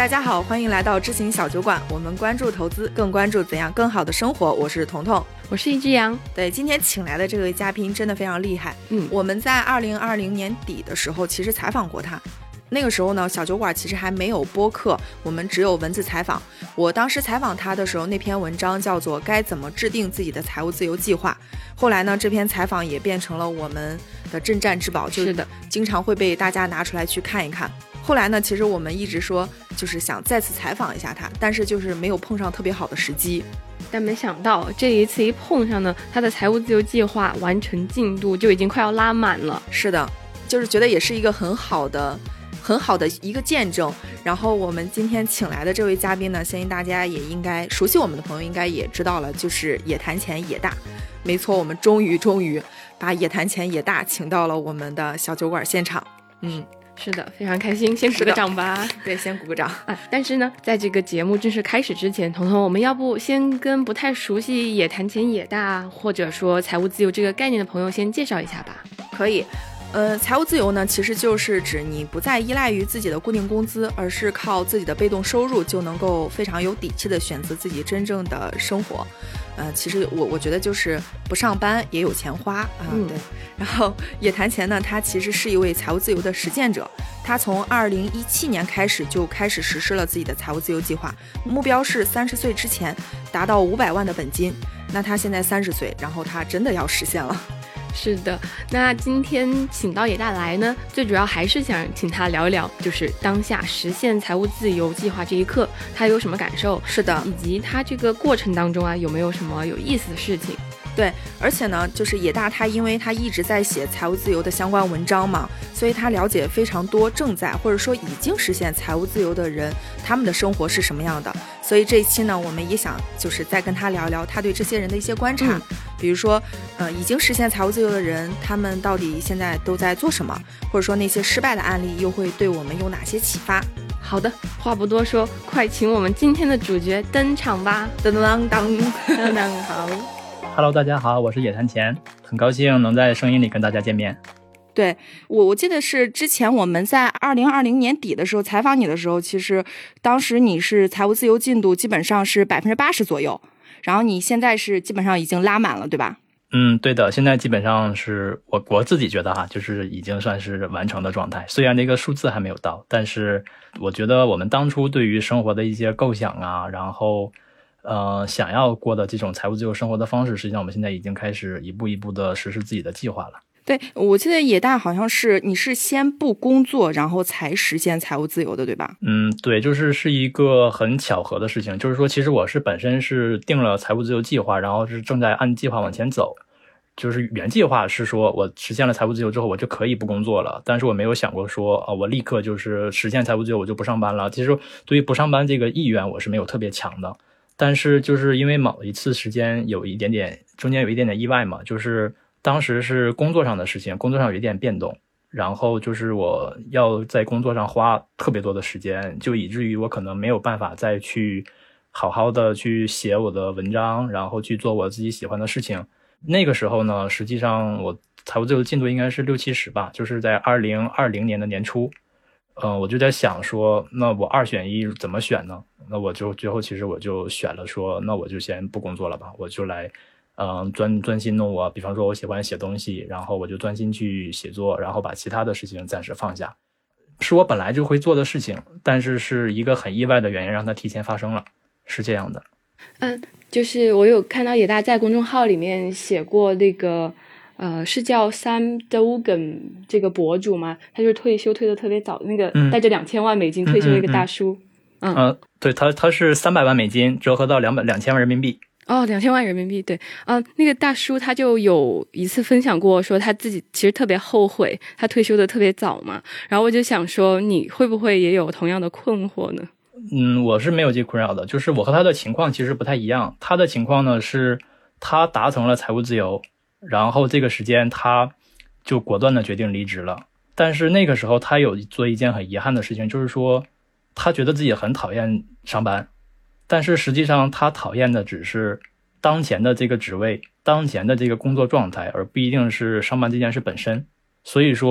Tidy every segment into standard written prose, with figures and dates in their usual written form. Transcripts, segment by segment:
大家好，欢迎来到知行小酒馆，我们关注投资，更关注怎样更好的生活。我是彤彤， 我是一只羊。 对，今天请来的这位嘉宾真的非常厉害。我们在2020年底的时候其实采访过他，那个时候呢，小酒馆其实还没有播客，我们只有文字采访。我当时采访他的时候，那篇文章叫做《该怎么制定自己的财务自由计划》。后来呢，这篇采访也变成了我们的镇战之宝，就是经常会被大家拿出来去看一看。后来呢，其实我们一直说就是想再次采访一下他，但是就是没有碰上特别好的时机。 但没想到这一次一碰上呢，他的财务自由计划完成进度就已经快要拉满了。 是的，就是觉得也是一个很好的一个见证。然后我们今天请来的这位嘉宾呢，相信大家也应该熟悉我们的朋友应该也知道了，就是野谈钱野大。没错，我们终于把野谈钱野大请到了我们的小酒馆现场。 是的，非常开心，先鼓个掌吧。 对，先鼓个掌但是呢，在这个节目正式开始之前，彤彤，我们要不先跟不太熟悉野谈钱野大或者说财务自由这个概念的朋友先介绍一下吧。 可以。财务自由呢，其实就是指你不再依赖于自己的固定工资，而是靠自己的被动收入就能够非常有底气的选择自己真正的生活。其实我觉得就是不上班也有钱花对。然后野谈钱呢，他其实是一位财务自由的实践者，他从2017年开始就开始实施了自己的财务自由计划，目标是30岁之前达到500万的本金。那他现在30岁，然后他真的要实现了。 是的，那今天请到野大来呢，最主要还是想请他聊一聊，就是当下实现财务自由计划这一刻，他有什么感受？ 是的， 以及他这个过程当中有没有什么有意思的事情？ 对，而且呢，就是野大他因为他一直在写财务自由的相关文章嘛，所以他了解非常多正在或者说已经实现财务自由的人，他们的生活是什么样的。所以这一期呢，我们也想就是再跟他聊聊他对这些人的一些观察，比如说已经实现财务自由的人，他们到底现在都在做什么，或者说那些失败的案例又会对我们有哪些启发。 好的，话不多说，快请我们今天的主角登场吧。 当当当当当，好。 Hello， 大家好，我是野谈钱，很高兴能在声音里跟大家见面。 对，我记得是之前我们在2020年底的时候采访你的时候，其实当时你是财务自由进度基本上是80%左右，然后你现在是基本上已经拉满了，对吧？ 对的，现在基本上是我自己觉得就是已经算是完成的状态。虽然那个数字还没有到，但是我觉得我们当初对于生活的一些构想然后想要过的这种财务自由生活的方式，实际上我们现在已经开始一步一步的实施自己的计划了。 对，我记得野大好像是你是先不工作然后才实现财务自由的，对吧？ 对，是一个很巧合的事情，就是说其实我是本身是定了财务自由计划，然后是正在按计划往前走。就是原计划是说我实现了财务自由之后我就可以不工作了，但是我没有想过说我立刻就是实现财务自由我就不上班了。其实对于不上班这个意愿我是没有特别强的，但是就是因为某一次时间中间有一点点意外嘛，就是当时是工作上的事情，工作上有一点变动，然后就是我要在工作上花特别多的时间，就以至于我可能没有办法再去好好的去写我的文章，然后去做我自己喜欢的事情。那个时候呢，实际上我财务自由进度应该是60-70%吧，就是在2020年的年初。我就在想说，那我2选1怎么选呢？那我就最后其实我就选了说，那我就先不工作了吧，我就来专心弄我，比方说我喜欢写东西，然后我就专心去写作，然后把其他的事情暂时放下。是我本来就会做的事情，但是是一个很意外的原因让它提前发生了，是这样的。 就是我有看到野大在公众号里面写过那个是叫 Sam Dogan 这个博主吗？他就是退休退得特别早，那个带着$2000万退休的一个大叔。 对，他是300万美金折合到2000万人民币。 2000万人民币，对。那个大叔他就有一次分享过说他自己其实特别后悔他退休的特别早嘛，然后我就想说你会不会也有同样的困惑呢？ 我是没有这困扰的，就是我和他的情况其实不太一样。他的情况呢是他达成了财务自由，然后这个时间他就果断的决定离职了。但是那个时候他有做一件很遗憾的事情，就是说他觉得自己很讨厌上班，但是实际上他讨厌的只是当前的这个职位，当前的这个工作状态，而不一定是上班这件事本身。所以说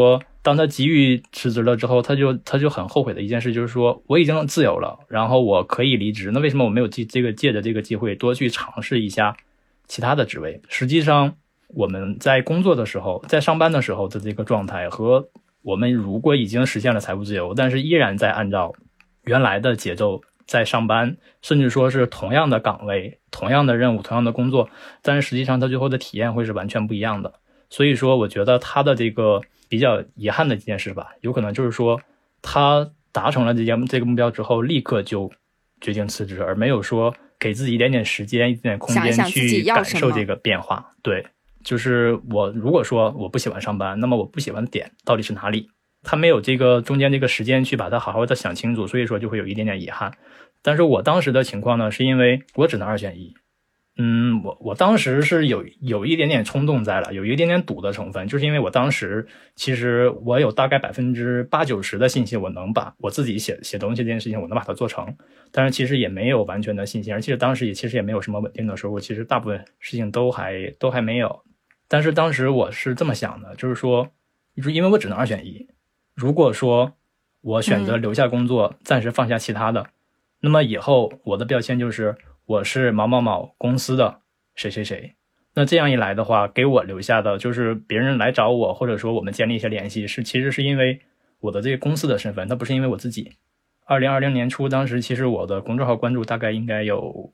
当他急于辞职了之后，他就很后悔的一件事，就是说我已经自由了，然后我可以离职，那为什么我没有借着这个机会多去尝试一下其他的职位？实际上我们在工作的时候，在上班的时候的这个状态，和我们如果已经实现了财务自由，但是依然在按照原来的节奏在上班，甚至说是同样的岗位、同样的任务、同样的工作，但是实际上他最后的体验会是完全不一样的。所以说我觉得他的这个比较遗憾的一件事吧，有可能就是说他达成了这个目标之后立刻就决定辞职，而没有说给自己一点点时间、一点点空间去感受这个变化。对，就是我如果说我不喜欢上班，那么我不喜欢的点到底是哪里？他没有这个中间这个时间去把它好好的想清楚，所以说就会有一点点遗憾。但是我当时的情况呢，是因为我只能2选1。我当时是有一点点冲动在了，有一点点赌的成分，就是因为我当时其实我有大概80%-90%的信心，我能把我自己写东西这件事情我能把它做成，但是其实也没有完全的信心，而且当时其实也没有什么稳定的收入，其实大部分事情都还没有。但是当时我是这么想的，就是说因为我只能2选1，如果说我选择留下工作，暂时放下其他的，那么以后我的标签就是我是某某某公司的谁谁谁。那这样一来的话，给我留下的就是别人来找我，或者说我们建立一些联系，其实是因为我的这个公司的身份，它不是因为我自己。2020年初，当时其实我的公众号关注大概应该有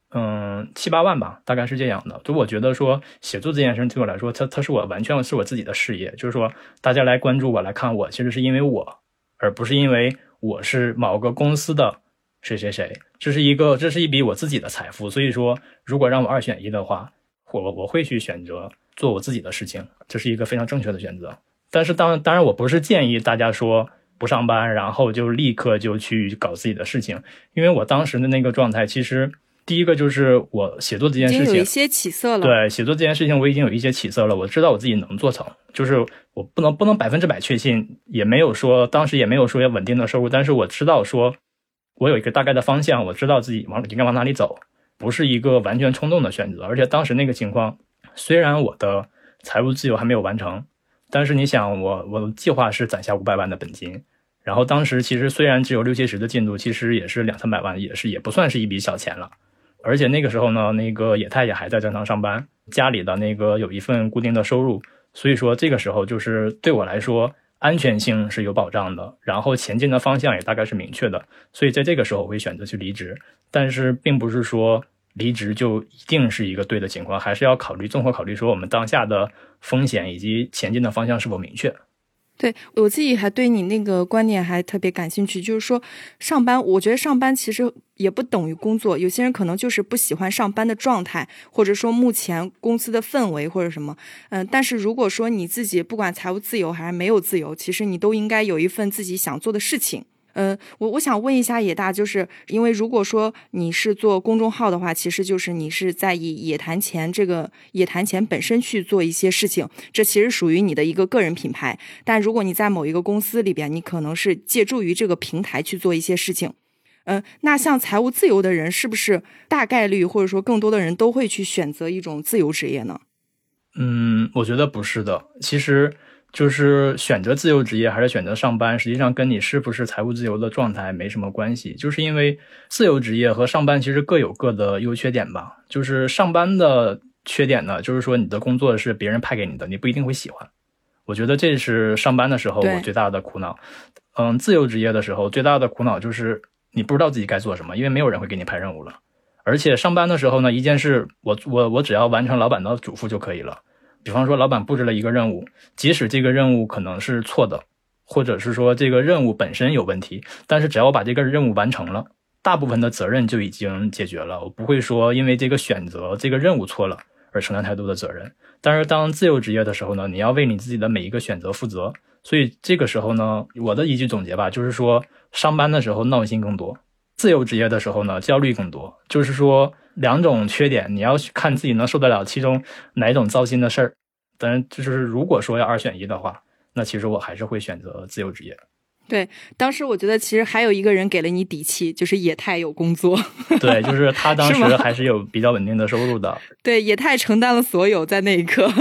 7-8万吧，大概是这样的。就我觉得说写作这件事对我来说，它是我完全是我自己的事业，就是说大家来关注我来看我，其实是因为我，而不是因为我是某个公司的谁谁谁。这是一笔我自己的财富，所以说如果让我2选1的话，我会去选择做我自己的事情，这是一个非常正确的选择。但是当然我不是建议大家说不上班然后就立刻就去搞自己的事情，因为我当时的那个状态，其实第一个就是我写作这件事情已经有一些起色了。 对，写作这件事情我已经有一些起色了，我知道我自己能做成，就是我不能100%确信，当时也没有说要稳定的收入，但是我知道说我有一个大概的方向，我知道自己应该往哪里走，不是一个完全冲动的选择。而且当时那个情况，虽然我的财务自由还没有完成，但是你想我的计划是攒下500万的本金，然后当时其实虽然只有60-70的进度，其实也是200-300万，也不算是一笔小钱了。而且那个时候呢，那个野太也还在正常上班，家里的那个有一份固定的收入，所以说这个时候就是对我来说安全性是有保障的，然后前进的方向也大概是明确的，所以在这个时候我会选择去离职。但是并不是说离职就一定是一个对的情况，还是要综合考虑说我们当下的风险以及前进的方向是否明确。 对，我自己还对你那个观点还特别感兴趣，就是说上班，我觉得上班其实也不等于工作，有些人可能就是不喜欢上班的状态，或者说目前公司的氛围或者什么，但是如果说你自己不管财务自由还是没有自由，其实你都应该有一份自己想做的事情。我想问一下野大，就是因为如果说你是做公众号的话，其实就是你是在以野谈钱本身去做一些事情，这其实属于你的一个个人品牌。但如果你在某一个公司里边，你可能是借助于这个平台去做一些事情。那像财务自由的人，是不是大概率或者说更多的人都会去选择一种自由职业呢？ 我觉得不是的。其实就是选择自由职业还是选择上班，实际上跟你是不是财务自由的状态没什么关系。就是因为自由职业和上班其实各有各的优缺点吧。就是上班的缺点呢，就是说你的工作是别人派给你的，你不一定会喜欢。我觉得这是上班的时候我最大的苦恼。自由职业的时候最大的苦恼就是你不知道自己该做什么，因为没有人会给你派任务了。而且上班的时候呢，一件事我只要完成老板的嘱咐就可以了。比方说老板布置了一个任务，即使这个任务可能是错的，或者是说这个任务本身有问题，但是只要我把这个任务完成了，大部分的责任就已经解决了。我不会说因为这个选择这个任务错了而承担太多的责任。但是当自由职业的时候呢，你要为你自己的每一个选择负责。所以这个时候呢，我的一句总结吧，就是说上班的时候闹心更多，自由职业的时候呢焦虑更多。就是说两种缺点，你要看自己能受得了其中哪一种糟心的事儿。当然就是如果说要2选1的话，那其实我还是会选择自由职业。 对，当时我觉得其实还有一个人给了你底气，就是野太有工作。 对，就是他当时还是有比较稳定的收入的。 对，野太承担了所有在那一刻。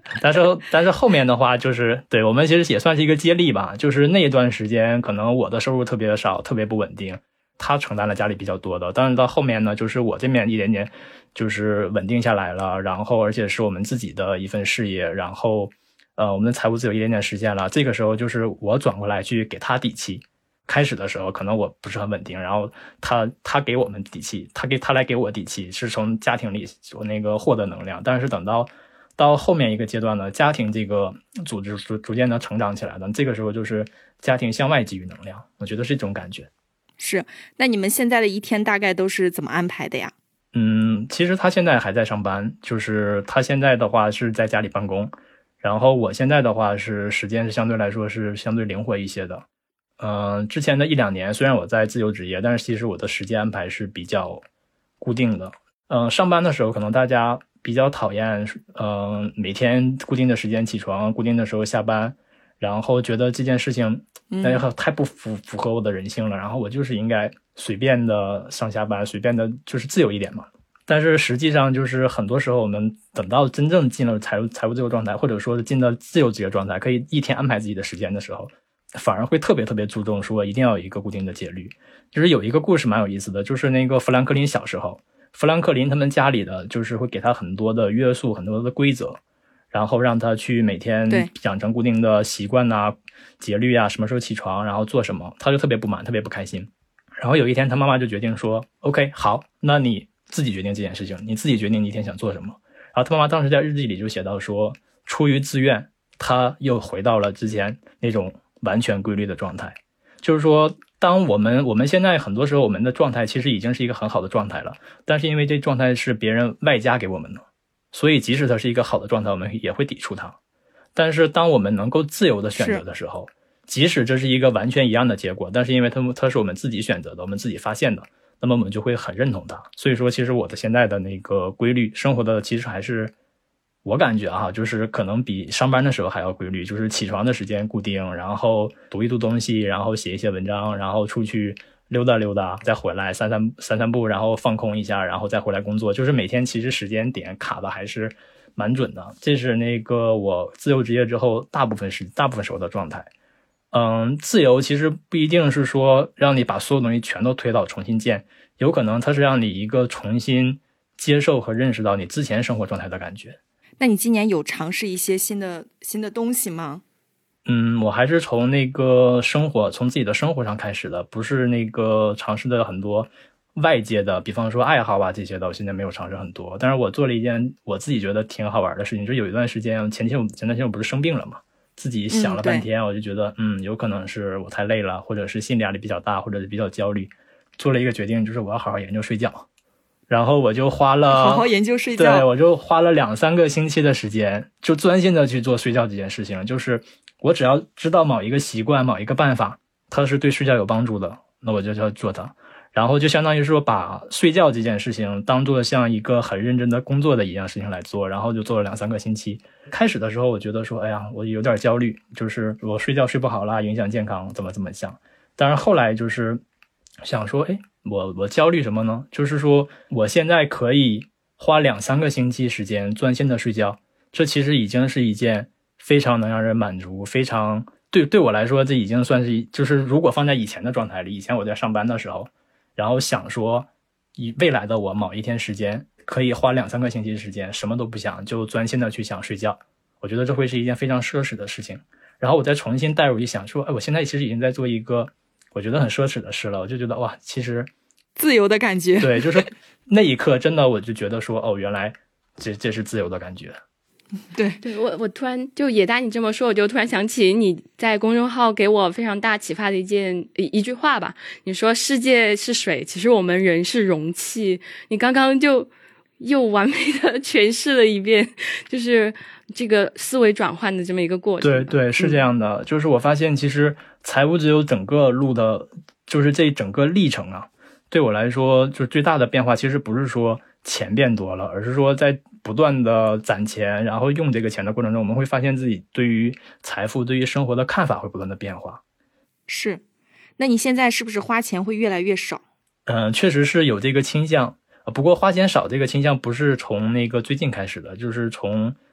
但是后面的话就是对我们其实也算是一个接力吧，就是那一段时间可能我的收入特别少，特别不稳定，他承担了家里比较多的，但是到后面呢，就是我这边一点点就是稳定下来了，然后而且是我们自己的一份事业，然后我们的财务自由一点点实现了，这个时候就是我转过来去给他底气。开始的时候可能我不是很稳定，然后他给我们底气，他来给我底气，是从家庭里我那个获得能量。但是等到后面一个阶段呢，家庭这个组织逐渐的成长起来了，这个时候就是家庭向外给予能量，我觉得是这种感觉。 是，那你们现在的一天大概都是怎么安排的呀？ 其实他现在还在上班，就是他现在的话是在家里办公，然后我现在的话是时间是相对来说是相对灵活一些的。之前的1-2年虽然我在自由职业，但是其实我的时间安排是比较固定的。上班的时候可能大家比较讨厌每天固定的时间起床，固定的时候下班，然后觉得这件事情太不符合我的人性了，然后我就是应该随便的上下班，随便的就是自由一点嘛。但是实际上就是很多时候我们等到真正进了财务自由状态，或者说进了自由职业状态，可以一天安排自己的时间的时候，反而会特别特别注重说一定要有一个固定的节律。就是有一个故事蛮有意思的，就是那个富兰克林小时候，富兰克林他们家里的就是会给他很多的约束，很多的规则，然后让他去每天养成固定的习惯啊、节律啊，什么时候起床，然后做什么，他就特别不满，特别不开心。然后有一天他妈妈就决定说 OK 好，那你自己决定这件事情，你自己决定你一天想做什么。然后他妈妈当时在日记里就写到说，出于自愿，他又回到了之前那种完全规律的状态。就是说当我们现在很多时候我们的状态其实已经是一个很好的状态了，但是因为这状态是别人外加给我们的，所以即使它是一个好的状态，我们也会抵触它。但是当我们能够自由的选择的时候，即使这是一个完全一样的结果，但是因为它是我们自己选择的，我们自己发现的，那么我们就会很认同它。所以说其实我的现在的那个规律生活的其实还是我感觉就是可能比上班的时候还要规律，就是起床的时间固定，然后读一读东西，然后写一些文章，然后出去溜达溜达，再回来散步，然后放空一下，然后再回来工作。就是每天其实时间点卡的还是蛮准的，这是那个我自由职业之后大部分时候的状态。自由其实不一定是说让你把所有东西全都推倒重新建，有可能它是让你一个重新接受和认识到你之前生活状态的感觉。 那你今年有尝试一些新的东西吗？ 我还是从那个从自己的生活上开始的，不是那个尝试的很多外界的，比方说爱好啊这些的，我现在没有尝试很多。但是我做了一件我自己觉得挺好玩的事情，就是有一段时间前段时间我不是生病了嘛，自己想了半天，我就觉得有可能是我太累了，或者是心理压力比较大，或者是比较焦虑，做了一个决定，就是我要好好研究睡觉。然后我就花了好好研究睡觉， 对，我就花了2-3个星期的时间，就专心的去做睡觉这件事情。就是我只要知道某一个习惯、某一个办法，它是对睡觉有帮助的，那我就要做它。然后就相当于说把睡觉这件事情当做像一个很认真的工作的一样事情来做，然后就做了2-3个星期。开始的时候我觉得说，哎呀，我有点焦虑，就是我睡觉睡不好啦，影响健康，怎么想。但是后来就是想说，我焦虑什么呢？就是说我现在可以花2-3个星期时间专心的睡觉，这其实已经是一件非常能让人满足，非常对我来说这已经算是，就是如果放在以前的状态里，以前我在上班的时候，然后想说以未来的我某一天时间可以花2-3个星期时间什么都不想，就专心的去想睡觉，我觉得这会是一件非常奢侈的事情。然后我再重新带入一想说，我现在其实已经在做一个我觉得很奢侈的事了，我就觉得哇，其实自由的感觉。 对，就是那一刻真的我就觉得说，原来这是自由的感觉。 对， 我突然就野大你这么说，我就突然想起你在公众号给我非常大启发的一句话吧。你说世界是水，其实我们人是容器。你刚刚就又完美的诠释了一遍，就是这个思维转换的这么一个过程。 对，是这样的。就是我发现其实财务自由整个路的，就是这整个历程啊，对我来说就最大的变化其实不是说钱变多了，而是说在不断的攒钱，然后用这个钱的过程中，我们会发现自己对于财富、对于生活的看法会不断的变化。 是，那你现在是不是花钱会越来越少？ 确实是有这个倾向。不过花钱少这个倾向不是从那个最近开始的，就是从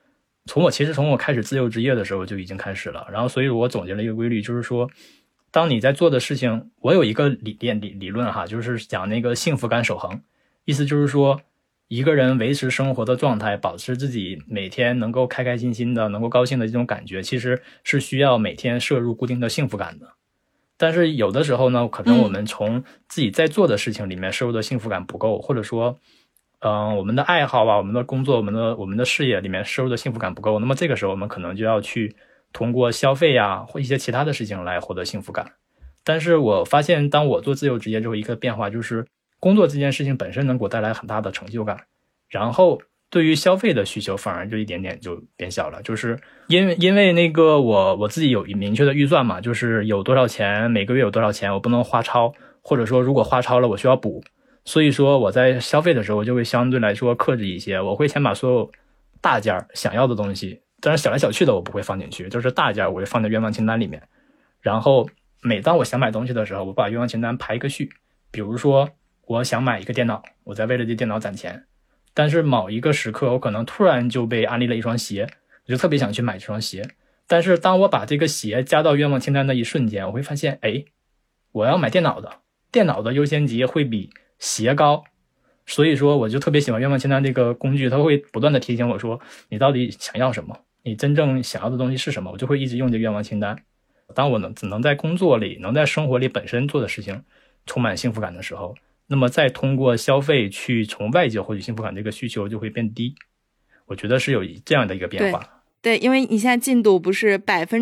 从我开始自由职业的时候就已经开始了。然后所以我总结了一个规律，就是说当你在做的事情，我有一个理论哈，就是讲那个幸福感守恒，意思就是说一个人维持生活的状态，保持自己每天能够开开心心的，能够高兴的这种感觉，其实是需要每天摄入固定的幸福感的。但是有的时候呢，可能我们从自己在做的事情里面摄入的幸福感不够，或者说我们的爱好啊，我们的工作，我们的事业里面摄入的幸福感不够，那么这个时候我们可能就要去通过消费啊或一些其他的事情来获得幸福感。但是我发现当我做自由职业之后，一个变化就是工作这件事情本身能给我带来很大的成就感，然后对于消费的需求反而就一点点就变小了，就是因为那个我自己有明确的预算嘛，就是有多少钱，每个月有多少钱，我不能花超，或者说如果花超了我需要补，所以说我在消费的时候就会相对来说克制一些，我会先把所有大件想要的东西，当然小来小去的我不会放进去，就是大件我会放在愿望清单里面，然后每当我想买东西的时候，我把愿望清单排一个序，比如说我想买一个电脑，我在为了这电脑攒钱，但是某一个时刻我可能突然就被安利了一双鞋，我就特别想去买这双鞋，但是当我把这个鞋加到愿望清单的一瞬间，我会发现我要买电脑的优先级会比鞋高，所以说我就特别喜欢愿望清单这个工具，它会不断的提醒我说你到底想要什么，你真正想要的东西是什么，我就会一直用这个愿望清单。当我只能在工作里，能在生活里本身做的事情充满幸福感的时候，那么再通过消费去从外界获取幸福感这个需求就会变低，我觉得是有这样的一个变化。 对，因为你现在进度不是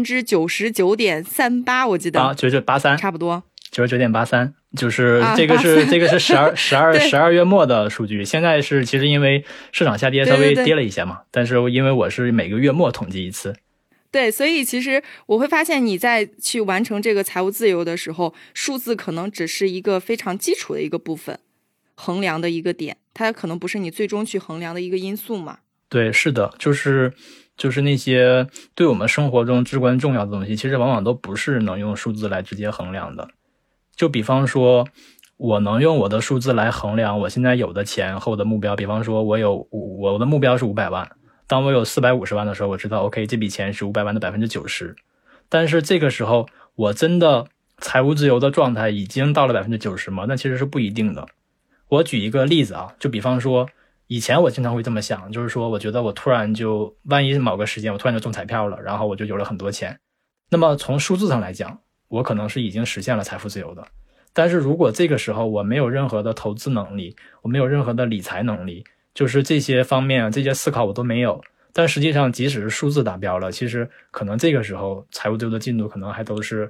99.38%，我记得 99.83%， 差不多 99.83%，就是这个是12月末的数据。现在是其实因为市场下跌稍微跌了一些嘛，但是因为我是每个月末统计一次。 对，所以其实我会发现你在去完成这个财务自由的时候，数字可能只是一个非常基础的一个部分，衡量的一个点，它可能不是你最终去衡量的一个因素嘛。 对，是的，就是那些对我们生活中至关重要的东西，其实往往都不是能用数字来直接衡量的。就比方说我能用我的数字来衡量我现在有的钱和我的目标，比方说我的目标是500万，当我有450万的时候，我知道 OK 这笔钱是500万的 90%， 但是这个时候我真的财务自由的状态已经到了 90% 吗？那其实是不一定的。我举一个例子啊，就比方说以前我经常会这么想，就是说我觉得我突然就万一某个时间我突然就中彩票了，然后我就有了很多钱，那么从数字上来讲我可能是已经实现了财富自由的。但是如果这个时候我没有任何的投资能力，我没有任何的理财能力，就是这些方面这些思考我都没有，但实际上即使是数字达标了，其实可能这个时候财务自由的进度可能还都是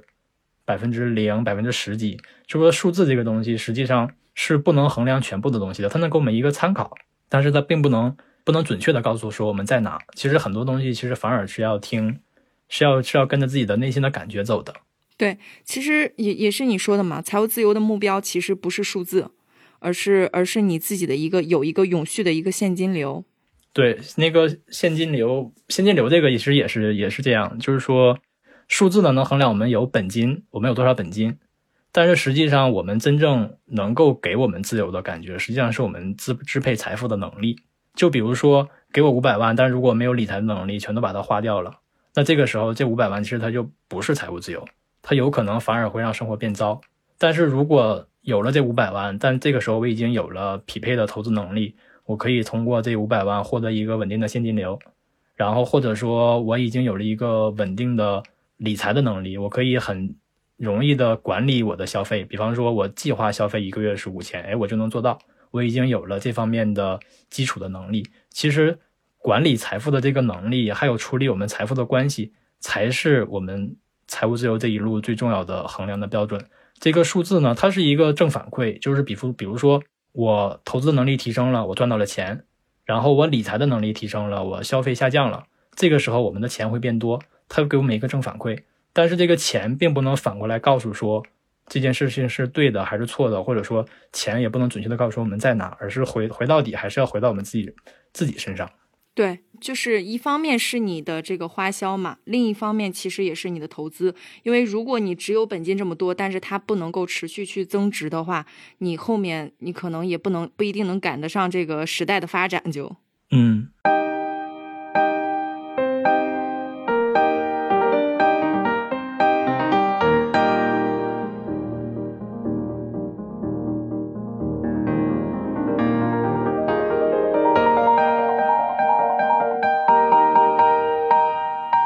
0%、10%几，就说数字这个东西实际上是不能衡量全部的东西的，它能给我们一个参考，但是它并不能准确的告诉说我们在哪。其实很多东西其实反而是要跟着自己的内心的感觉走的。 对，其实也是你说的嘛，财务自由的目标其实不是数字，而是你自己的有一个永续的一个现金流。 对，那个现金流这个其实也是这样，就是说数字呢能衡量我们有本金，我们有多少本金，但是实际上我们真正能够给我们自由的感觉，实际上是我们支配财富的能力。就比如说给我500万，但如果没有理财的能力，全都把它花掉了，那这个时候这500万其实它就不是财务自由，它有可能反而会让生活变糟。但是如果有了这500万，但这个时候我已经有了匹配的投资能力，我可以通过这500万获得一个稳定的现金流，然后或者说我已经有了一个稳定的理财的能力，我可以很容易的管理我的消费。比方说我计划消费1个月是5000，我就能做到，我已经有了这方面的基础的能力。其实管理财富的这个能力，还有处理我们财富的关系，才是我们财务自由这一路最重要的衡量的标准。这个数字呢，它是一个正反馈，就是比如说我投资能力提升了，我赚到了钱，然后我理财的能力提升了，我消费下降了，这个时候我们的钱会变多，它会给我们一个正反馈。但是这个钱并不能反过来告诉说这件事情是对的还是错的，或者说钱也不能准确的告诉我们在哪，而是回到底还是要回到我们自己身上。 对，就是一方面是你的这个花销嘛，另一方面其实也是你的投资。因为如果你只有本金这么多，但是它不能够持续去增值的话，你后面你可能也不一定能赶得上这个时代的发展就。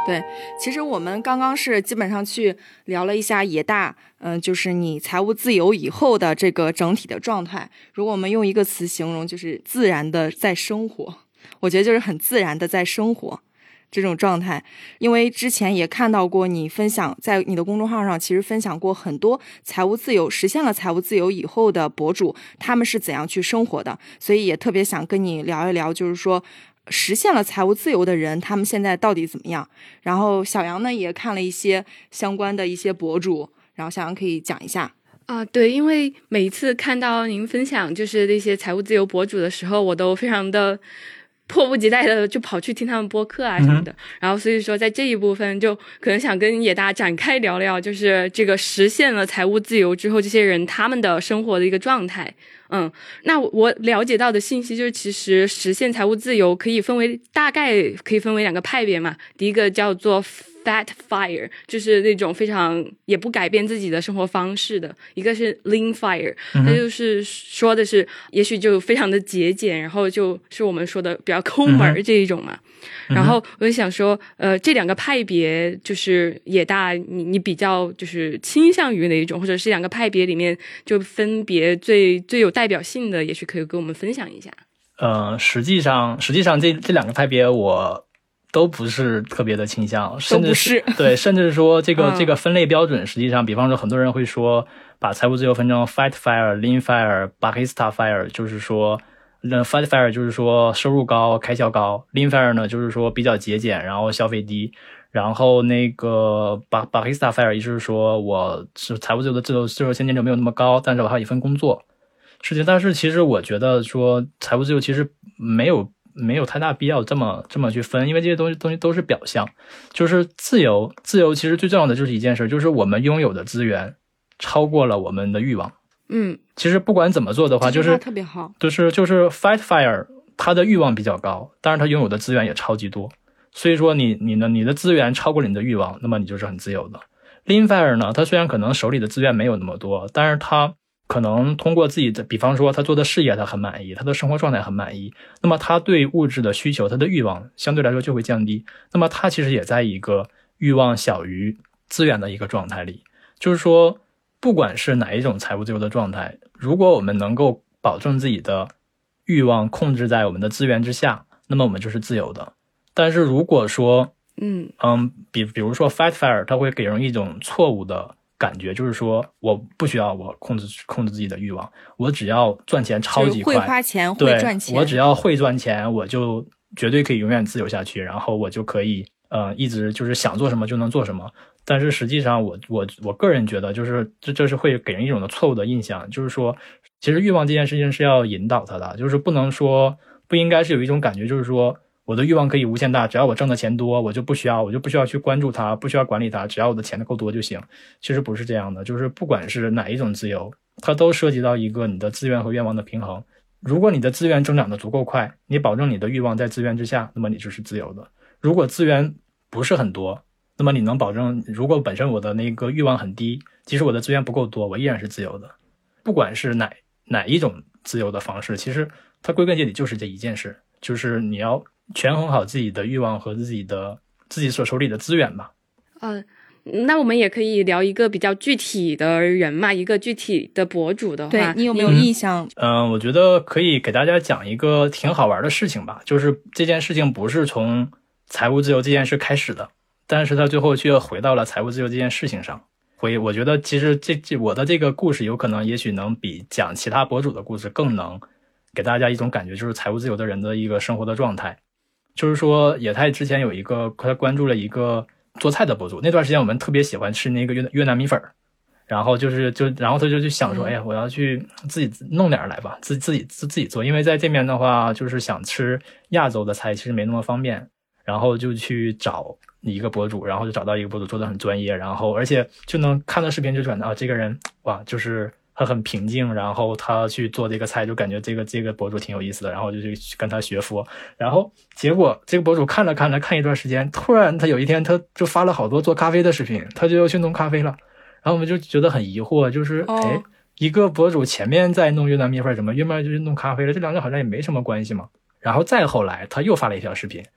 对，其实我们刚刚是基本上去聊了一下野大，就是你财务自由以后的这个整体的状态。如果我们用一个词形容，就是自然的在生活，我觉得就是很自然的在生活这种状态。因为之前也看到过你分享，在你的公众号上其实分享过很多财务自由，实现了财务自由以后的博主，他们是怎样去生活的，所以也特别想跟你聊一聊，就是说实现了财务自由的人，他们现在到底怎么样？然后小杨呢也看了一些相关的一些博主，然后小杨可以讲一下。 对，因为每一次看到您分享就是那些财务自由博主的时候，我都非常的迫不及待的就跑去听他们播客啊什么的，然后所以说在这一部分就可能想跟野大展开聊聊，就是这个实现了财务自由之后这些人他们的生活的一个状态。那我了解到的信息就是，其实实现财务自由大概可以分为2个派别嘛。第一个叫做 Fat Fire， 就是那种非常也不改变自己的生活方式的；一个是 Lean Fire， 它就是说的是也许就非常的节俭，然后就是我们说的比较抠门这一种嘛。然后我就想说，这2个派别就是野大你比较就是倾向于哪一种，或者是2个派别里面就分别最有代表性的，也许可以跟我们分享一下。 实际上这2个派别我都不是特别的倾向，甚至是对，甚至说这个分类标准，实际上比方说很多人会说把财务自由分成 Fat Fire、Lean Fire、Barista Fire， 就是说Fat Fire 就是说收入高开销高， Lean Fire 呢就是说比较节俭然后消费低，然后那个 Barista Fire 也就是说我是财务自由的自由现金流没有那么高，但是我还有一份工作事情。但是其实我觉得说财务自由其实没有太大必要这么去分，因为这些东西都是表象。就是自由其实最重要的就是一件事，就是我们拥有的资源超过了我们的欲望。其实不管怎么做的话，就是特别好， 就是 Fat Fire 他的欲望比较高，但是他拥有的资源也超级多，所以说你的资源超过了你的欲望，那么你就是很自由的。Lean Fire 呢，他虽然可能手里的资源没有那么多，但是他可能通过自己的，比方说他做的事业他很满意，他的生活状态很满意，那么他对物质的需求，他的欲望相对来说就会降低，那么他其实也在一个欲望小于资源的一个状态里。就是说不管是哪一种财务自由的状态，如果我们能够保证自己的欲望控制在我们的资源之下，那么我们就是自由的。但是如果说比如说 Fat Fire 它会给人一种错误的感觉，就是说我不需要我控制自己的欲望，我只要赚钱超级快， 会花钱会赚钱， 我只要会赚钱我就绝对可以永远自由下去，然后我就可以一直就是想做什么就能做什么。但是实际上我个人觉得就是这是会给人一种的错误的印象，就是说其实欲望这件事情是要引导它的，就是不应该是有一种感觉，就是说我的欲望可以无限大，只要我挣的钱多，我就不需要去关注它，不需要管理它，只要我的钱够多就行。其实不是这样的，就是不管是哪一种自由，它都涉及到一个你的资源和愿望的平衡。如果你的资源增长的足够快，你保证你的欲望在资源之下，那么你就是自由的。如果资源不是很多，那么你能保证，如果本身我的那个欲望很低，即使我的资源不够多，我依然是自由的。不管是哪一种自由的方式，其实它归根结底就是这一件事，就是你要权衡好自己的欲望和自己所手里的资源吧。 那我们也可以聊一个比较具体的人嘛，一个具体的博主的话， 对，你有没有印象？ 我觉得可以给大家讲一个挺好玩的事情吧，就是这件事情不是从财务自由这件事开始的，但是他最后却回到了财务自由这件事情上。我觉得其实我的这个故事有可能也许能比讲其他博主的故事更能给大家一种感觉，就是财务自由的人的一个生活的状态。就是说野太之前有一个他关注了一个做菜的博主，那段时间我们特别喜欢吃那个越南米粉，然后然后他就去想说，哎呀，我要去自己弄点来吧，自己做，因为在这边的话就是想吃亚洲的菜其实没那么方便，然后就去找一个博主，然后就找到一个博主做的很专业，然后而且就能看到视频就转到这个人哇，就是他很平静，然后他去做这个菜就感觉这个博主挺有意思的，然后就去跟他学佛。然后结果这个博主看一段时间，突然他有一天他就发了好多做咖啡的视频，他就要去弄咖啡了。然后我们就觉得很疑惑，就是一个博主前面在弄越南米粉，怎么越南就是弄咖啡了，这两个好像也没什么关系嘛。然后再后来他又发了一条视频，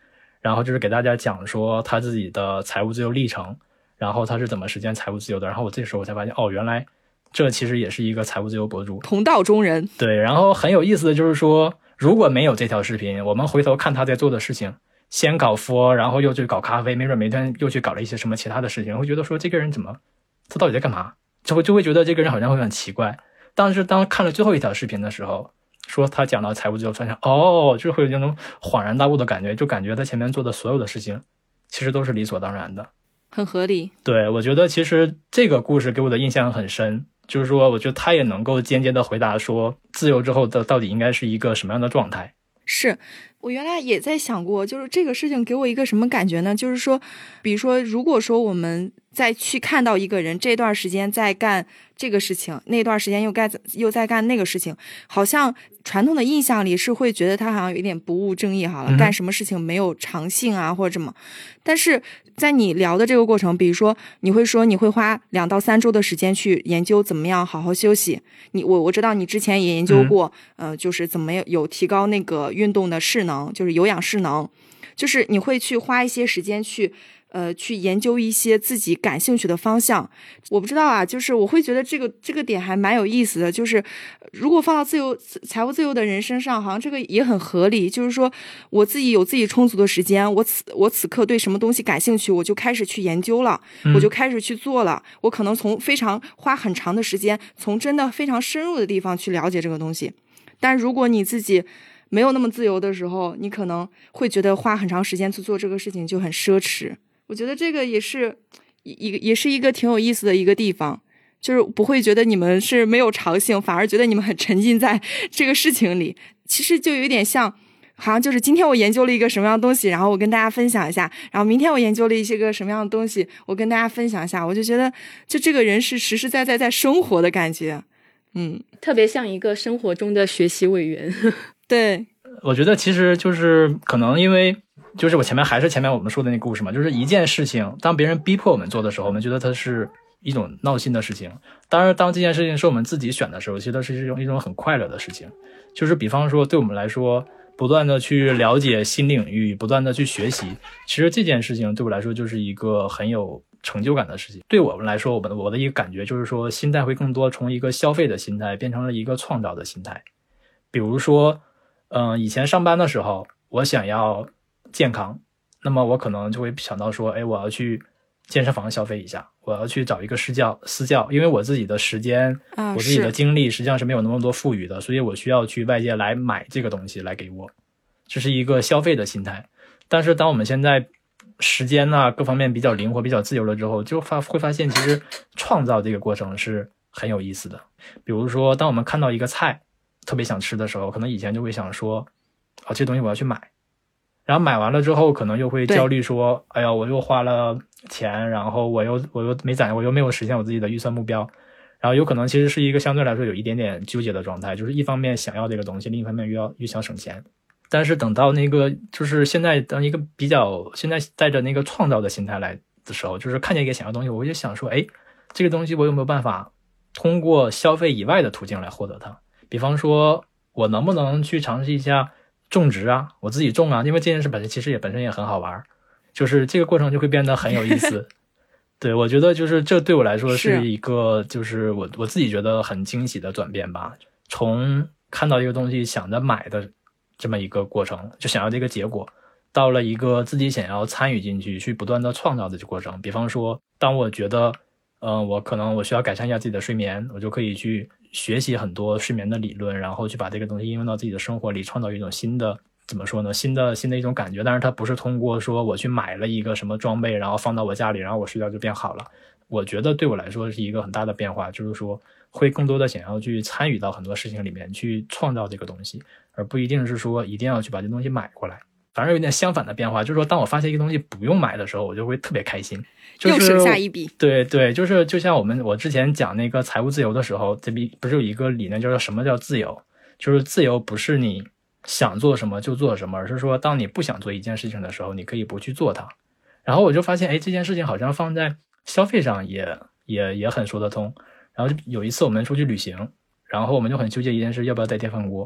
然后就是给大家讲说他自己的财务自由历程，然后他是怎么实现财务自由的。然后我这时候才发现，哦，原来这其实也是一个财务自由博主， 同道中人。 对，然后很有意思的就是说，如果没有这条视频，我们回头看他在做的事情，先搞佛，然后又去搞咖啡，没准每天又去搞了一些什么其他的事情，会觉得说这个人怎么，他到底在干嘛？就会觉得这个人好像会很奇怪。但是当看了最后一条视频的时候，说他讲到财务自由，突然想，哦，就是会有那种恍然大悟的感觉，就感觉他前面做的所有的事情，其实都是理所当然的， 很合理。 对，我觉得其实这个故事给我的印象很深，就是说，我觉得他也能够间接的回答说，自由之后的到底应该是一个什么样的状态。 是我原来也在想过，就是这个事情给我一个什么感觉呢？就是说，比如说，如果说我们再去看到一个人这段时间在干这个事情，那段时间又在干那个事情，好像传统的印象里是会觉得他好像有一点不务正业，好了，干什么事情没有长性啊或者什么。但是在你聊的这个过程，比如说你会说你会花2到3周的时间去研究怎么样好好休息，我知道你之前也研究过，就是怎么有提高那个运动的势能，就是有氧势能，就是你会去花一些时间去研究一些自己感兴趣的方向。我不知道啊，就是我会觉得这个点还蛮有意思的，就是如果放到财务自由的人身上，好像这个也很合理。就是说我自己有自己充足的时间，我此刻对什么东西感兴趣，我就开始去研究了，我就开始去做了。我可能从花很长的时间，从真的非常深入的地方去了解这个东西。但如果你自己没有那么自由的时候，你可能会觉得花很长时间去做这个事情就很奢侈。我觉得这个也是一个挺有意思的一个地方，就是不会觉得你们是没有长性，反而觉得你们很沉浸在这个事情里。其实就有点像，好像就是今天我研究了一个什么样的东西，然后我跟大家分享一下，然后明天我研究了一些个什么样的东西，我跟大家分享一下。我就觉得就这个人是实实在在在生活的感觉。 特别像一个生活中的学习委员。 对， 我觉得其实就是可能因为就是我前面我们说的那个故事嘛，就是一件事情当别人逼迫我们做的时候，我们觉得它是一种闹心的事情。当然当这件事情是我们自己选的时候，其实它是一种很快乐的事情。就是比方说对我们来说，不断的去了解新领域，不断的去学习，其实这件事情对我来说就是一个很有成就感的事情。对我们来说，我的一个感觉就是说，心态会更多从一个消费的心态变成了一个创造的心态。比如说以前上班的时候我想要健康，那么我可能就会想到说，我要去健身房消费一下，我要去找一个私教，因为我自己的时间我自己的精力实际上是没有那么多富裕的，所以我需要去外界来买这个东西来给我，这是一个消费的心态。但是当我们现在时间啊各方面比较灵活比较自由了之后，就会发现其实创造这个过程是很有意思的。比如说当我们看到一个菜特别想吃的时候，可能以前就会想说这东西我要去买，然后买完了之后可能又会焦虑说，哎呀我又花了钱，然后我又没有实现我自己的预算目标，然后有可能其实是一个相对来说有一点点纠结的状态，就是一方面想要这个东西，另一方面又想省钱。但是等到那个就是现在当一个现在带着那个创造的心态来的时候，就是看见一个想要的东西，我就想说，这个东西我有没有办法通过消费以外的途径来获得它。比方说我能不能去尝试一下种植啊，我自己种啊，因为这件事本身也很好玩，就是这个过程就会变得很有意思。对，我觉得就是这对我来说是一个就是我自己觉得很惊喜的转变吧，从看到一个东西想着买的这么一个过程，就想要这个结果，到了一个自己想要参与进去不断的创造的过程。比方说当我觉得我需要改善一下自己的睡眠，我就可以去学习很多睡眠的理论，然后去把这个东西应用到自己的生活里，创造一种新的怎么说呢，新的一种感觉。但是它不是通过说我去买了一个什么装备然后放到我家里，然后我睡觉就变好了。我觉得对我来说是一个很大的变化，就是说会更多的想要去参与到很多事情里面去创造这个东西，而不一定是说一定要去把这东西买过来。反而有点相反的变化，就是说当我发现一个东西不用买的时候，我就会特别开心，就是又省下一笔。 对，就是就像我之前讲那个财务自由的时候，这边不是有一个理论叫做什么叫自由，就是自由不是你想做什么就做什么，而是说当你不想做一件事情的时候，你可以不去做它。然后我就发现这件事情好像放在消费上也很说得通。然后就有一次我们出去旅行，然后我们就很纠结一件事，要不要带电饭锅。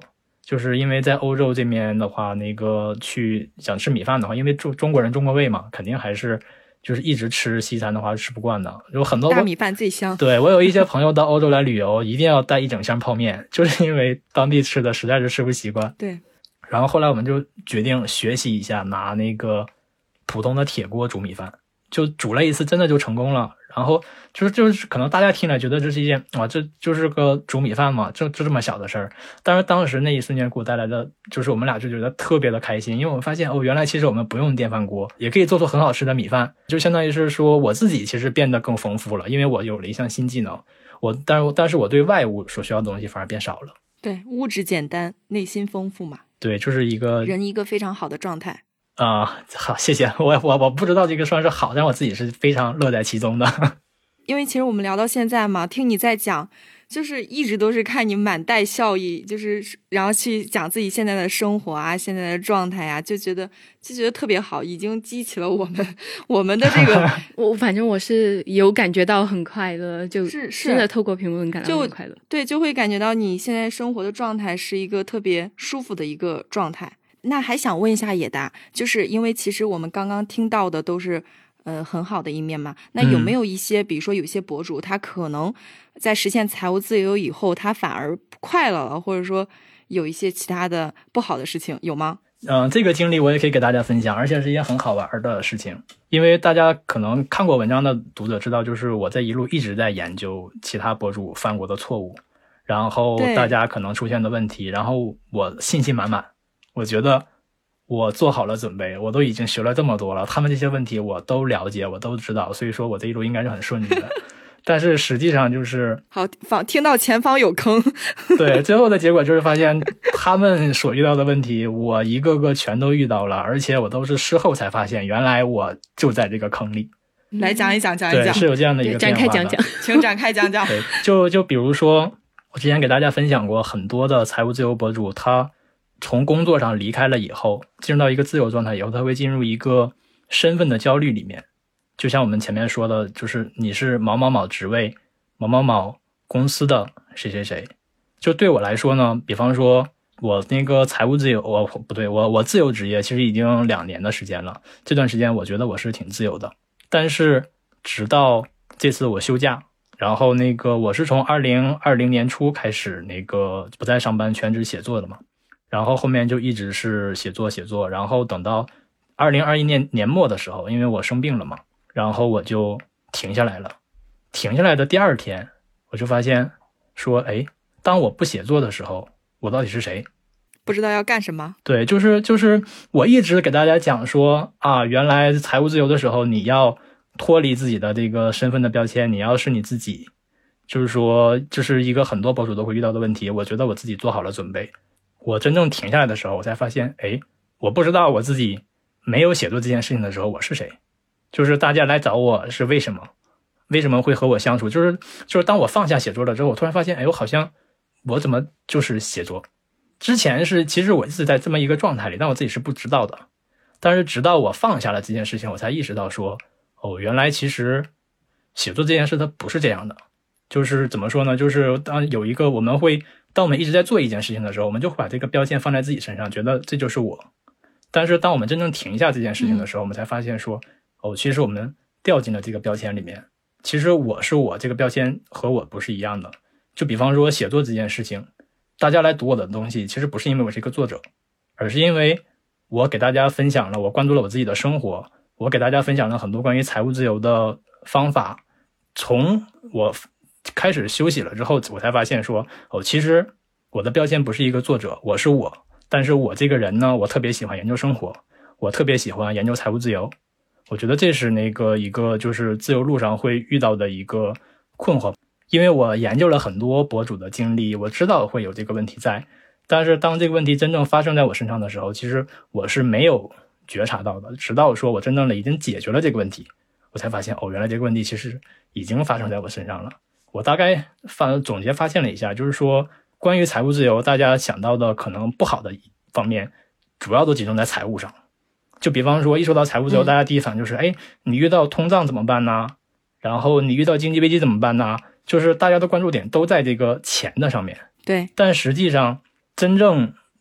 就是因为在欧洲这边的话，那个去想吃米饭的话，因为中国人中国胃嘛，肯定还是就是一直吃西餐的话是吃不惯的。有很多大米饭最香。 对，我有一些朋友到欧洲来旅游，一定要带一整箱泡面，就是因为当地吃的实在是吃不习惯。 对。 然后后来我们就决定学习一下，拿那个普通的铁锅煮米饭，就煮了一次，真的就成功了。然后就是可能大家听了觉得这是一件这就是个煮米饭嘛，这么小的事儿。但是当时那一瞬间给我带来的就是我们俩就觉得特别的开心，因为我们发现原来其实我们不用电饭锅也可以做出很好吃的米饭，就相当于是说我自己其实变得更丰富了，因为我有了一项新技能。但是我对外物所需要的东西反而变少了。 对，物质简单，内心丰富嘛。 对，就是一个人一个非常好的状态。 好，谢谢。我不知道这个算是好，但我自己是非常乐在其中的。 因为其实我们聊到现在嘛，听你在讲，就是一直都是看你满带笑意，就是然后去讲自己现在的生活啊，现在的状态啊，就觉得特别好，已经激起了我们的这个反正我是有感觉到很快乐，就是真的透过屏幕感到很快乐。 对，就会感觉到你现在生活的状态是一个特别舒服的一个状态。那还想问一下野达，就是因为其实我们刚刚听到的都是很好的一面嘛，那有没有一些比如说有些博主他可能在实现财务自由以后他反而快乐了，或者说有一些其他的不好的事情，有吗？ 这个经历我也可以给大家分享，而且是一件很好玩的事情。因为大家可能看过文章的读者知道，就是我这一路一直在研究其他博主犯过的错误，然后大家可能出现的问题，然后我信心满满，我觉得我做好了准备，我都已经学了这么多了，他们这些问题我都了解，我都知道，所以说我这一路应该是很顺利的。但是实际上就是好，听到前方有坑。 对，最后的结果就是发现他们所遇到的问题我一个个全都遇到了，而且我都是事后才发现原来我就在这个坑里。 来讲一讲对，是有这样的一个变化的。 展开讲讲， 请展开讲讲。 对，就比如说我之前给大家分享过，很多的财务自由博主他从工作上离开了以后，进入到一个自由状态以后，他会进入一个身份的焦虑里面。就像我们前面说的，就是你是某某某职位某某某公司的谁谁谁。就对我来说呢，比方说我那个财务自由，我自由职业其实已经2年的时间了，这段时间我觉得我是挺自由的。但是直到这次我休假，然后那个我是从2020年初开始那个不再上班全职写作的嘛，然后后面就一直是写作，然后等到2021年年末的时候，因为我生病了嘛，然后我就停下来了。停下来的第2天，我就发现说，当我不写作的时候，我到底是谁？ 不知道要干什么。对， 就是我一直给大家讲说原来财务自由的时候，你要脱离自己的这个身份的标签，你要是你自己。就是说，这是一个很多博主都会遇到的问题。我觉得我自己做好了准备。我真正停下来的时候，我才发现，我不知道我自己没有写作这件事情的时候我是谁。就是大家来找我是为什么会和我相处，就是当我放下写作了之后，我突然发现，我好像我怎么就是写作。之前其实我一直在这么一个状态里，但我自己是不知道的。但是直到我放下了这件事情，我才意识到说，原来其实写作这件事它不是这样的。就是怎么说呢，就是当我们一直在做一件事情的时候，我们就会把这个标签放在自己身上，觉得这就是我。但是当我们真正停下这件事情的时候，我们才发现说，其实我们掉进了这个标签里面。其实我是我，这个标签和我不是一样的。就比方说写作这件事情，大家来读我的东西，其实不是因为我是一个作者，而是因为我给大家分享了，我关注了我自己的生活，我给大家分享了很多关于财务自由的方法。从我开始休息了之后，我才发现说，其实我的标签不是一个作者，我是我。但是我这个人呢，我特别喜欢研究生活，我特别喜欢研究财务自由。我觉得这是一个就是自由路上会遇到的一个困惑。因为我研究了很多博主的经历，我知道会有这个问题在，但是当这个问题真正发生在我身上的时候，其实我是没有觉察到的。直到说我真正的已经解决了这个问题，我才发现原来这个问题其实已经发生在我身上了。我大概总结发现了一下，就是说关于财务自由，大家想到的可能不好的方面主要都集中在财务上。就比方说一说到财务自由，大家第一反应就是你遇到通胀怎么办呢？然后你遇到经济危机怎么办呢？就是大家的关注点都在这个钱的上面。 对， 但实际上真正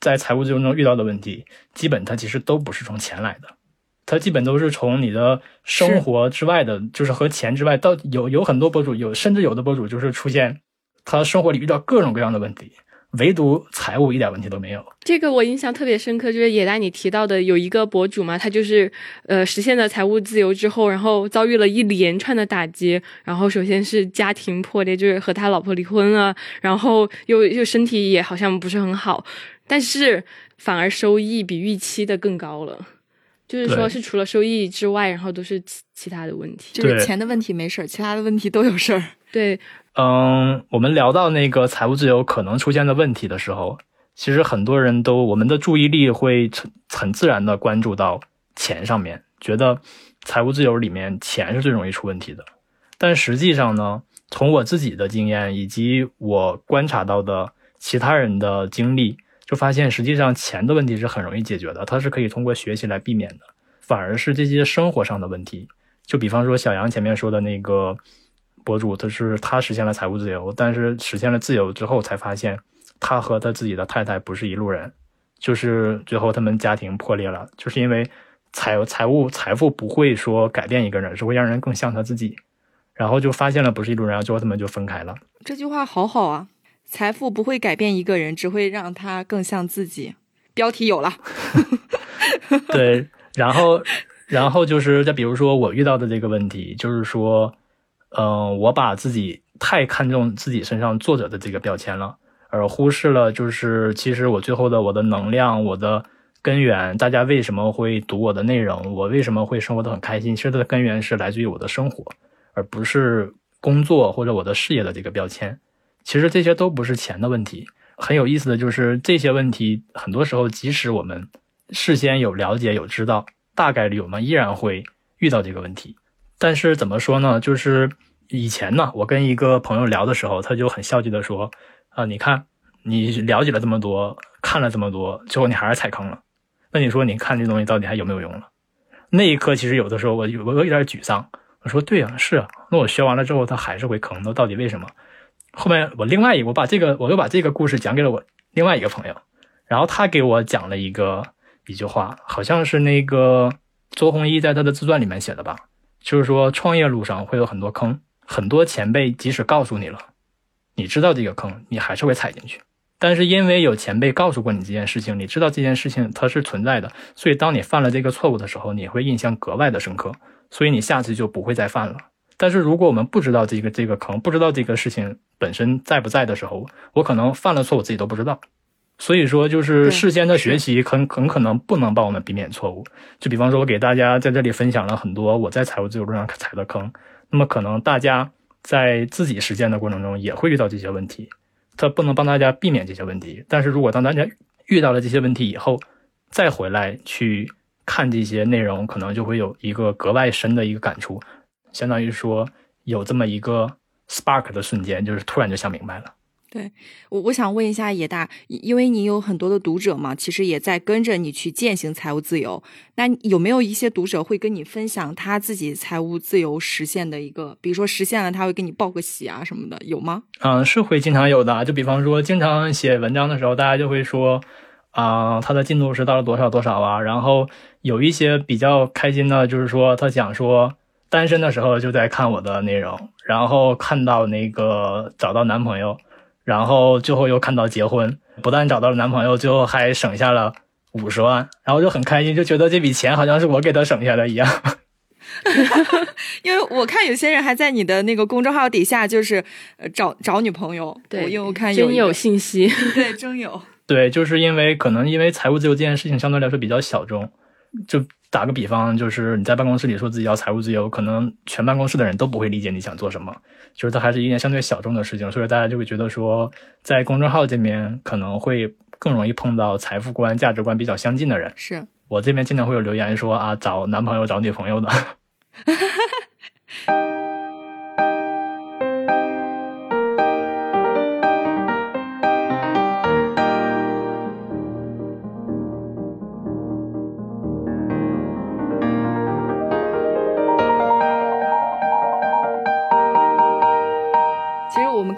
在财务自由中遇到的问题，基本它其实都不是从钱来的，它基本都是从你的生活之外的，就是和钱之外，到有很多博主甚至有的博主就是出现他生活里遇到各种各样的问题，唯独财务一点问题都没有。 这个我印象特别深刻，就是野大你提到的有一个博主嘛，他就是实现了财务自由之后，然后遭遇了一连串的打击，然后首先是家庭破裂，就是和他老婆离婚了，然后又身体也好像不是很好，但是反而收益比预期的更高了，就是说是除了收益之外，然后都是其他的问题， 就是钱的问题没事，其他的问题都有事儿。 对， 我们聊到那个财务自由可能出现的问题的时候，其实很多人我们的注意力会很自然的关注到钱上面，觉得财务自由里面钱是最容易出问题的。但实际上呢，从我自己的经验以及我观察到的其他人的经历，就发现实际上钱的问题是很容易解决的，它是可以通过学习来避免的，反而是这些生活上的问题，就比方说小杨前面说的那个博主，他实现了财务自由，但是实现了自由之后才发现他和他自己的太太不是一路人，就是最后他们家庭破裂了，就是因为财富不会说改变一个人，是会让人更像他自己，然后就发现了不是一路人，然后最后他们就分开了。 这句话好好啊，财富不会改变一个人，只会让他更像自己。标题有了。 对，然后就是再比如说我遇到的这个问题，就是说我把自己太看重自己身上作者的这个标签了，而忽视了就是其实我最后的我的能量，我的根源，大家为什么会读我的内容，我为什么会生活得很开心，其实它的根源是来自于我的生活，而不是工作或者我的事业的这个标签。其实这些都不是钱的问题。很有意思的就是这些问题很多时候即使我们事先有了解有知道，大概率我们依然会遇到这个问题。但是怎么说呢，就是以前呢，我跟一个朋友聊的时候，他就很消极的说你看你了解了这么多，看了这么多，最后你还是踩坑了，那你说你看这东西到底还有没有用了？那一刻其实有的时候我有点沮丧，我说对啊，是啊，那我学完了之后他还是会坑，那到底为什么？后面我又把这个故事讲给了我另外一个朋友，然后他给我讲了一句话，好像是那个周鸿祎在他的自传里面写的吧，就是说创业路上会有很多坑，很多前辈即使告诉你了，你知道这个坑，你还是会踩进去，但是因为有前辈告诉过你这件事情，你知道这件事情它是存在的，所以当你犯了这个错误的时候，你会印象格外的深刻，所以你下次就不会再犯了。但是如果我们不知道这个坑，不知道这个事情本身在不在的时候，我可能犯了错误自己都不知道。所以说就是事先的学习很可能不能帮我们避免错误。就比方说我给大家在这里分享了很多我在财务自由路上踩的坑，那么可能大家在自己实践的过程中也会遇到这些问题，它不能帮大家避免这些问题，但是如果当大家遇到了这些问题以后，再回来去看这些内容，可能就会有一个格外深的一个感触，相当于说有这么一个 spark 的瞬间，就是突然就想明白了。 对，我想问一下野大，因为你有很多的读者嘛，其实也在跟着你去践行财务自由，那有没有一些读者会跟你分享他自己财务自由实现的一个，比如说实现了他会跟你报个喜啊什么的，有吗？ 是会经常有的，就比方说经常写文章的时候，大家就会说他的进度是到了多少多少啊，然后有一些比较开心的就是说他想说单身的时候就在看我的内容，然后看到那个找到男朋友，然后最后又看到结婚，不但找到了男朋友，最后还省下了50万，然后就很开心，就觉得这笔钱好像是我给他省下的一样。 因为我看有些人还在你的那个公众号底下就是找女朋友， 对， 因为我看真有信息。 对，真有。 对，就是因为财务自由这件事情相对来说比较小众，就打个比方，就是你在办公室里说自己要财务自由，可能全办公室的人都不会理解你想做什么，就是它还是一件相对小众的事情，所以大家就会觉得说在公众号这边可能会更容易碰到财富观价值观比较相近的人。 是我这边经常会有留言说找男朋友找女朋友的。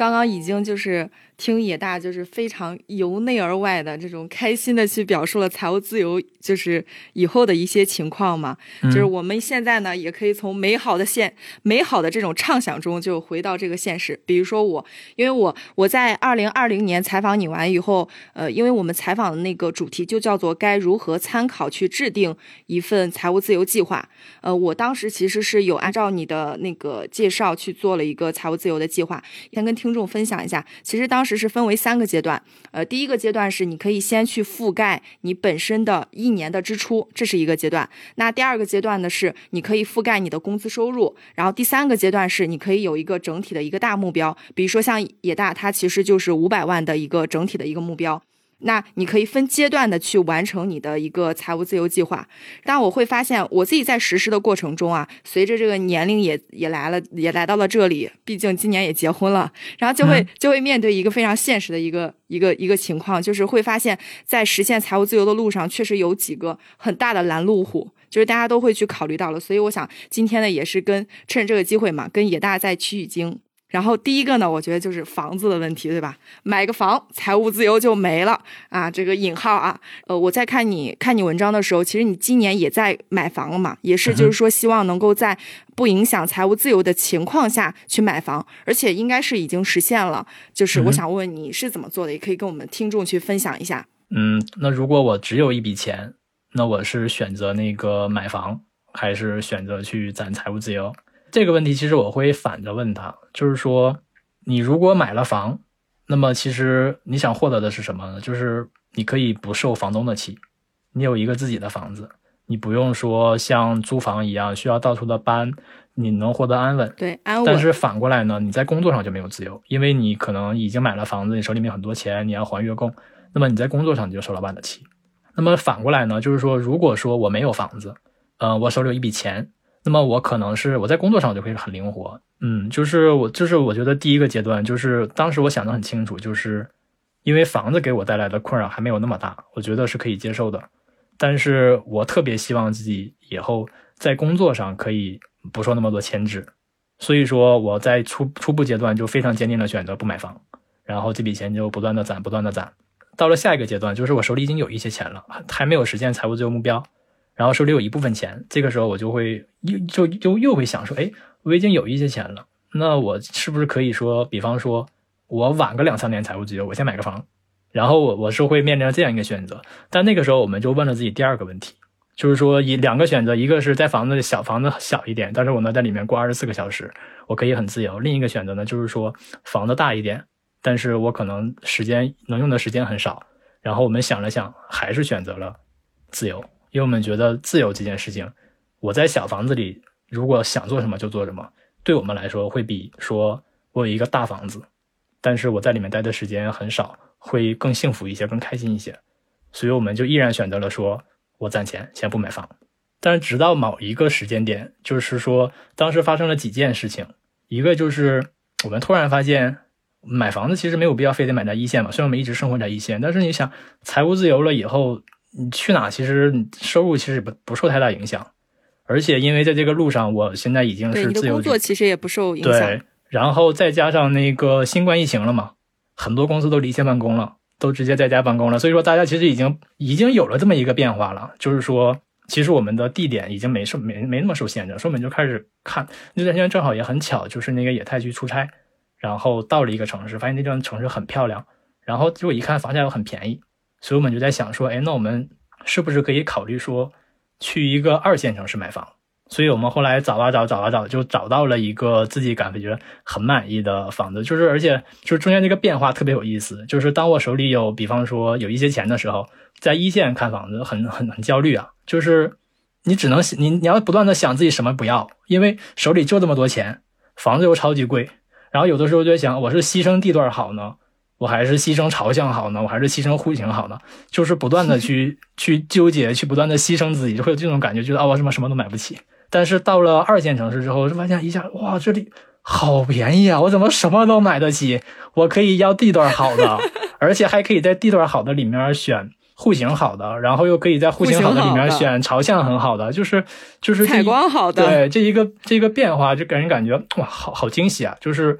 刚刚已经就是听野大就是非常由内而外的这种开心的去表述了财务自由就是以后的一些情况嘛，就是我们现在呢也可以从美好的这种畅想中就回到这个现实。比如说因为我在2020年采访你完以后，因为我们采访的那个主题就叫做该如何参考去制定一份财务自由计划，我当时其实是有按照你的那个介绍去做了一个财务自由的计划，先跟听众分享一下。其实当时是分为3个阶段，第一个阶段是你可以先去覆盖你本身的1年的支出，这是一个阶段。那第2个阶段呢是你可以覆盖你的工资收入，然后第3个阶段是你可以有一个整体的一个大目标，比如说像野大它其实就是500万的一个整体的一个目标。那你可以分阶段的去完成你的一个财务自由计划。但我会发现我自己在实施的过程中啊，随着这个年龄也来到了这里，毕竟今年也结婚了，然后就会面对一个非常现实的一个情况，就是会发现在实现财务自由的路上确实有几个很大的拦路虎，就是大家都会去考虑到了。所以我想今天呢也是趁这个机会嘛，跟野大再取经。然后第一个呢，我觉得就是房子的问题，对吧？买个房，财务自由就没了啊，这个引号啊。我在看你文章的时候，其实你今年也在买房了嘛，也是就是说希望能够在不影响财务自由的情况下去买房，而且应该是已经实现了。就是我想问你是怎么做的，也可以跟我们听众去分享一下。 那如果我只有一笔钱，那我是选择那个买房，还是选择去攒财务自由？这个问题其实我会反着问他，就是说你如果买了房，那么其实你想获得的是什么呢？就是你可以不受房东的气，你有一个自己的房子，你不用说像租房一样需要到处的搬，你能获得安稳。 对，安稳。 但是反过来呢，你在工作上就没有自由，因为你可能已经买了房子，你手里面很多钱，你要还月供，那么你在工作上你就受老板的气。那么反过来呢，就是说如果说我没有房子，我手里有一笔钱，那么我可能是我在工作上我就可以很灵活。就是我觉得第一个阶段就是当时我想得很清楚，就是因为房子给我带来的困扰还没有那么大，我觉得是可以接受的。但是我特别希望自己以后在工作上可以不受那么多牵制，所以说我在初步阶段就非常坚定的选择不买房，然后这笔钱就不断的攒。到了下一个阶段，就是我手里已经有一些钱了，还没有实现财务自由目标，然后手里有一部分钱，这个时候我就会又会想说，我已经有一些钱了，那我是不是可以说，比方说我晚个2-3年财务自由，我先买个房，然后我是会面临着这样一个选择。但那个时候我们就问了自己第2个问题，就是说以2个选择，一个是在房子小一点，但是我能在里面过24个小时，我可以很自由；另一个选择呢，就是说房子大一点，但是我可能能用的时间很少。然后我们想了想，还是选择了自由，因为我们觉得自由这件事情，我在小房子里如果想做什么就做什么，对我们来说会比说我有一个大房子，但是我在里面待的时间很少，会更幸福一些，更开心一些。所以我们就依然选择了说我攒钱先不买房。但是直到某一个时间点，就是说当时发生了几件事情，一个就是我们突然发现买房子其实没有必要非得买在一线嘛，虽然我们一直生活在一线，但是你想财务自由了以后，你去哪其实收入其实不受太大影响，而且因为在这个路上我现在已经是自由， 对，你的工作其实也不受影响。 对，然后再加上那个新冠疫情了嘛，很多公司都离线办公了，都直接在家办公了，所以说大家其实已经有了这么一个变化了，就是说其实我们的地点已经没那么受限制，所以我们就开始看。那段时间正好也很巧，就是那个野太去出差，然后到了一个城市，发现那段城市很漂亮，然后结果一看房价又很便宜，所以我们就在想说，那我们是不是可以考虑说去一个2线城市买房。所以我们后来找啊找，就找到了一个自己感觉很满意的房子，而且中间这个变化特别有意思，就是当我手里有比方说有一些钱的时候，在1线看房子很焦虑啊，就是你只能你要不断的想自己什么不要，因为手里就这么多钱，房子又超级贵，然后有的时候就想我是牺牲地段好呢，我还是牺牲朝向好呢，我还是牺牲户型好呢，就是不断的去纠结，去不断的牺牲自己，就会有这种感觉，觉得我什么都买不起。但是到了2线城市之后，就发现一下，哇，这里好便宜啊，我怎么什么都买得起，我可以要地段好的，而且还可以在地段好的里面选户型好的，然后又可以在户型好的里面选朝向很好的，就是采光好的。 对，这一个变化就给人感觉哇，好惊喜啊，就是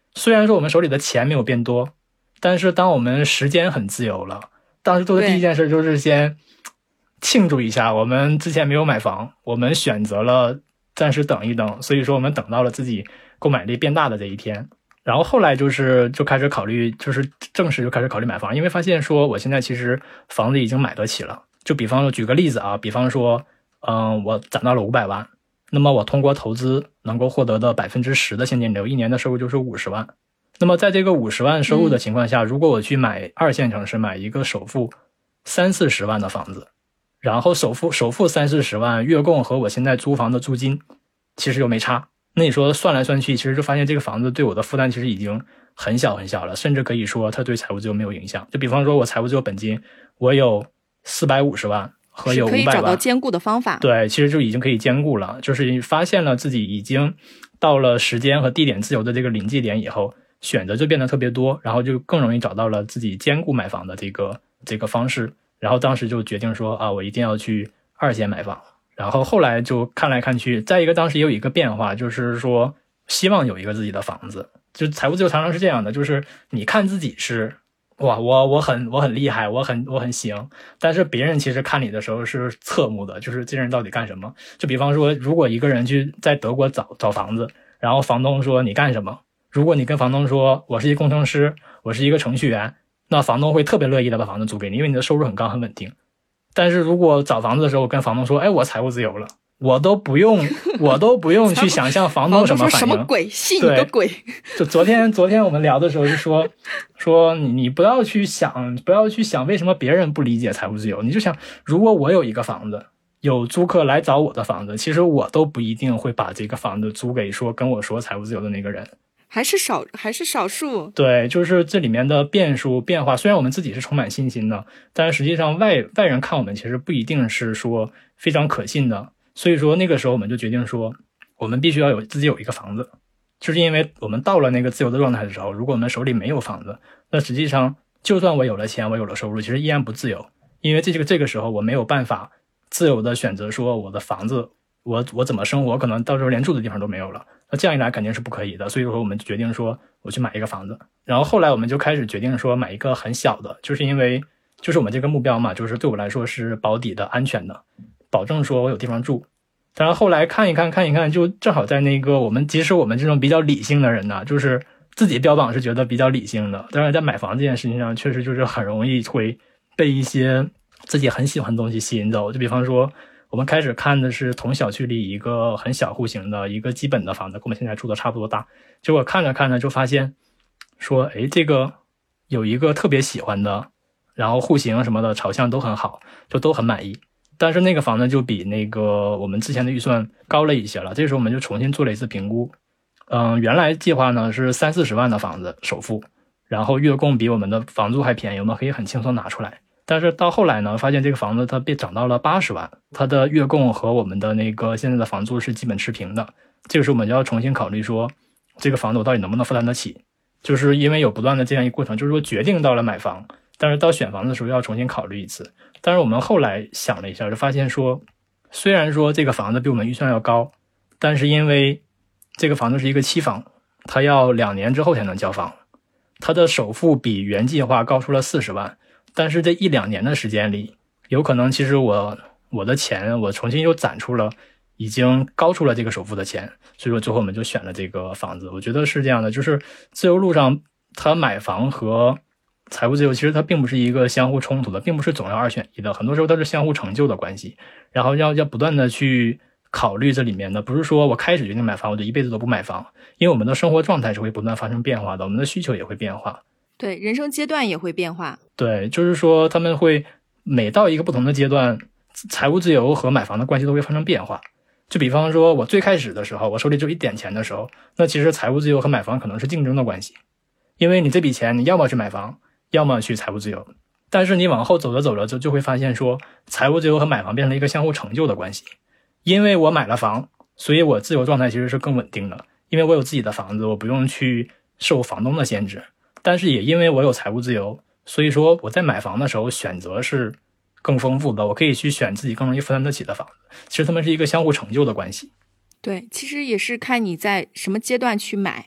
虽然说我们手里的钱没有变多，但是当我们时间很自由了，当时做的第一件事就是先庆祝一下，我们之前没有买房，我们选择了暂时等一等，所以说我们等到了自己购买力变大的这一天。然后后来就开始考虑，就是正式就开始考虑买房，因为发现说我现在其实房子已经买得起了。就比方说举个例子啊，比方说我攒到了500万，那么我通过投资能够获得的 10% 的现金流，一年的收入就是50万。那么在这个50万收入的情况下，如果我去买2线城市买一个首付30-40万的房子，然后首付30-40万，月供和我现在租房的租金其实又没差，那你说算来算去，其实就发现这个房子对我的负担其实已经很小很小了，甚至可以说它对财务自由没有影响。就比方说我财务自由本金我有450万和有500万， 可以找到兼顾的方法。 对，其实就已经可以兼顾了，就是发现了自己已经到了时间和地点自由的这个临界点以后，选择就变得特别多，然后就更容易找到了自己兼顾买房的这个方式。然后当时就决定说啊，我一定要去2线买房。然后后来就看来看去，再一个当时也有一个变化，就是说希望有一个自己的房子。就财务自由常常是这样的，就是你看自己是哇，我很厉害，我很行，但是别人其实看你的时候是侧目的，就是这人到底干什么。就比方说，如果一个人去在德国找房子，然后房东说你干什么，如果你跟房东说我是一工程师，我是一个程序员，那房东会特别乐意的把房子租给你，因为你的收入很高很稳定。但是如果找房子的时候跟房东说，哎，我财务自由了，我都不用去想象房东什么反应。 什么鬼？信你个鬼！ 就昨天我们聊的时候就说你不要去想为什么别人不理解财务自由，你就想如果我有一个房子，有租客来找我的房子，其实我都不一定会把这个房子租给跟我说财务自由的那个人。 还是少数。 对，就是这里面的变数变化，虽然我们自己是充满信心的，但是实际上外人看我们其实不一定是说非常可信的。所以说那个时候我们就决定说，我们必须要自己有一个房子，就是因为我们到了那个自由的状态的时候，如果我们手里没有房子，那实际上就算我有了钱，我有了收入，其实依然不自由，因为这个时候我没有办法自由的选择说我的房子我怎么生活，可能到时候连住的地方都没有了，那这样一来肯定是不可以的。所以说我们就决定说我去买一个房子，然后后来我们就开始决定说买一个很小的，就是因为就是我们这个目标嘛，就是对我来说是保底的安全的，保证说我有地方住。但是后来看一看，就正好在那个即使我们这种比较理性的人呢，就是自己标榜是觉得比较理性的，但是在买房这件事情上确实就是很容易会被一些自己很喜欢的东西吸引走。就比方说我们开始看的是同小区里一个很小户型的一个基本的房子，跟我们现在住的差不多大，结果看着就发现说这个有一个特别喜欢的，然后户型什么的朝向都很好，就都很满意。但是那个房子就比那个我们之前的预算高了一些了，这时候我们就重新做了一次评估。原来计划呢是30-40万的房子首付，然后月供比我们的房租还便宜，我们可以很轻松拿出来。但是到后来呢，发现这个房子它被涨到了80万，它的月供和我们的那个现在的房租是基本持平的。这个时候我们就要重新考虑说，这个房子我到底能不能负担得起？就是因为有不断的这样一个过程，就是说决定到了买房，但是到选房的时候要重新考虑一次。但是我们后来想了一下，就发现说，虽然说这个房子比我们预算要高，但是因为这个房子是一个期房，它要2年之后才能交房，它的首付比原计划高出了40万，但是这1-2年的时间里，有可能其实我的钱我重新又攒出了已经高出了这个首付的钱，所以说最后我们就选了这个房子。我觉得是这样的，就是自由路上它买房和财务自由其实它并不是一个相互冲突的，并不是总要2选1的，很多时候它是相互成就的关系，然后要不断的去考虑这里面的，不是说我开始决定买房我就一辈子都不买房，因为我们的生活状态是会不断发生变化的，我们的需求也会变化， 对，人生阶段也会变化。 对，就是说他们会每到一个不同的阶段，财务自由和买房的关系都会发生变化。就比方说我最开始的时候，我手里就一点钱的时候，那其实财务自由和买房可能是竞争的关系，因为你这笔钱你要么去买房，要么去财务自由。但是你往后走着就会发现说，财务自由和买房变成了一个相互成就的关系。因为我买了房，所以我自由状态其实是更稳定的，因为我有自己的房子，我不用去受房东的限制。但是也因为我有财务自由，所以说我在买房的时候选择是更丰富的，我可以去选自己更容易负担得起的房子。其实他们是一个相互成就的关系。 对，其实也是看你在什么阶段去买，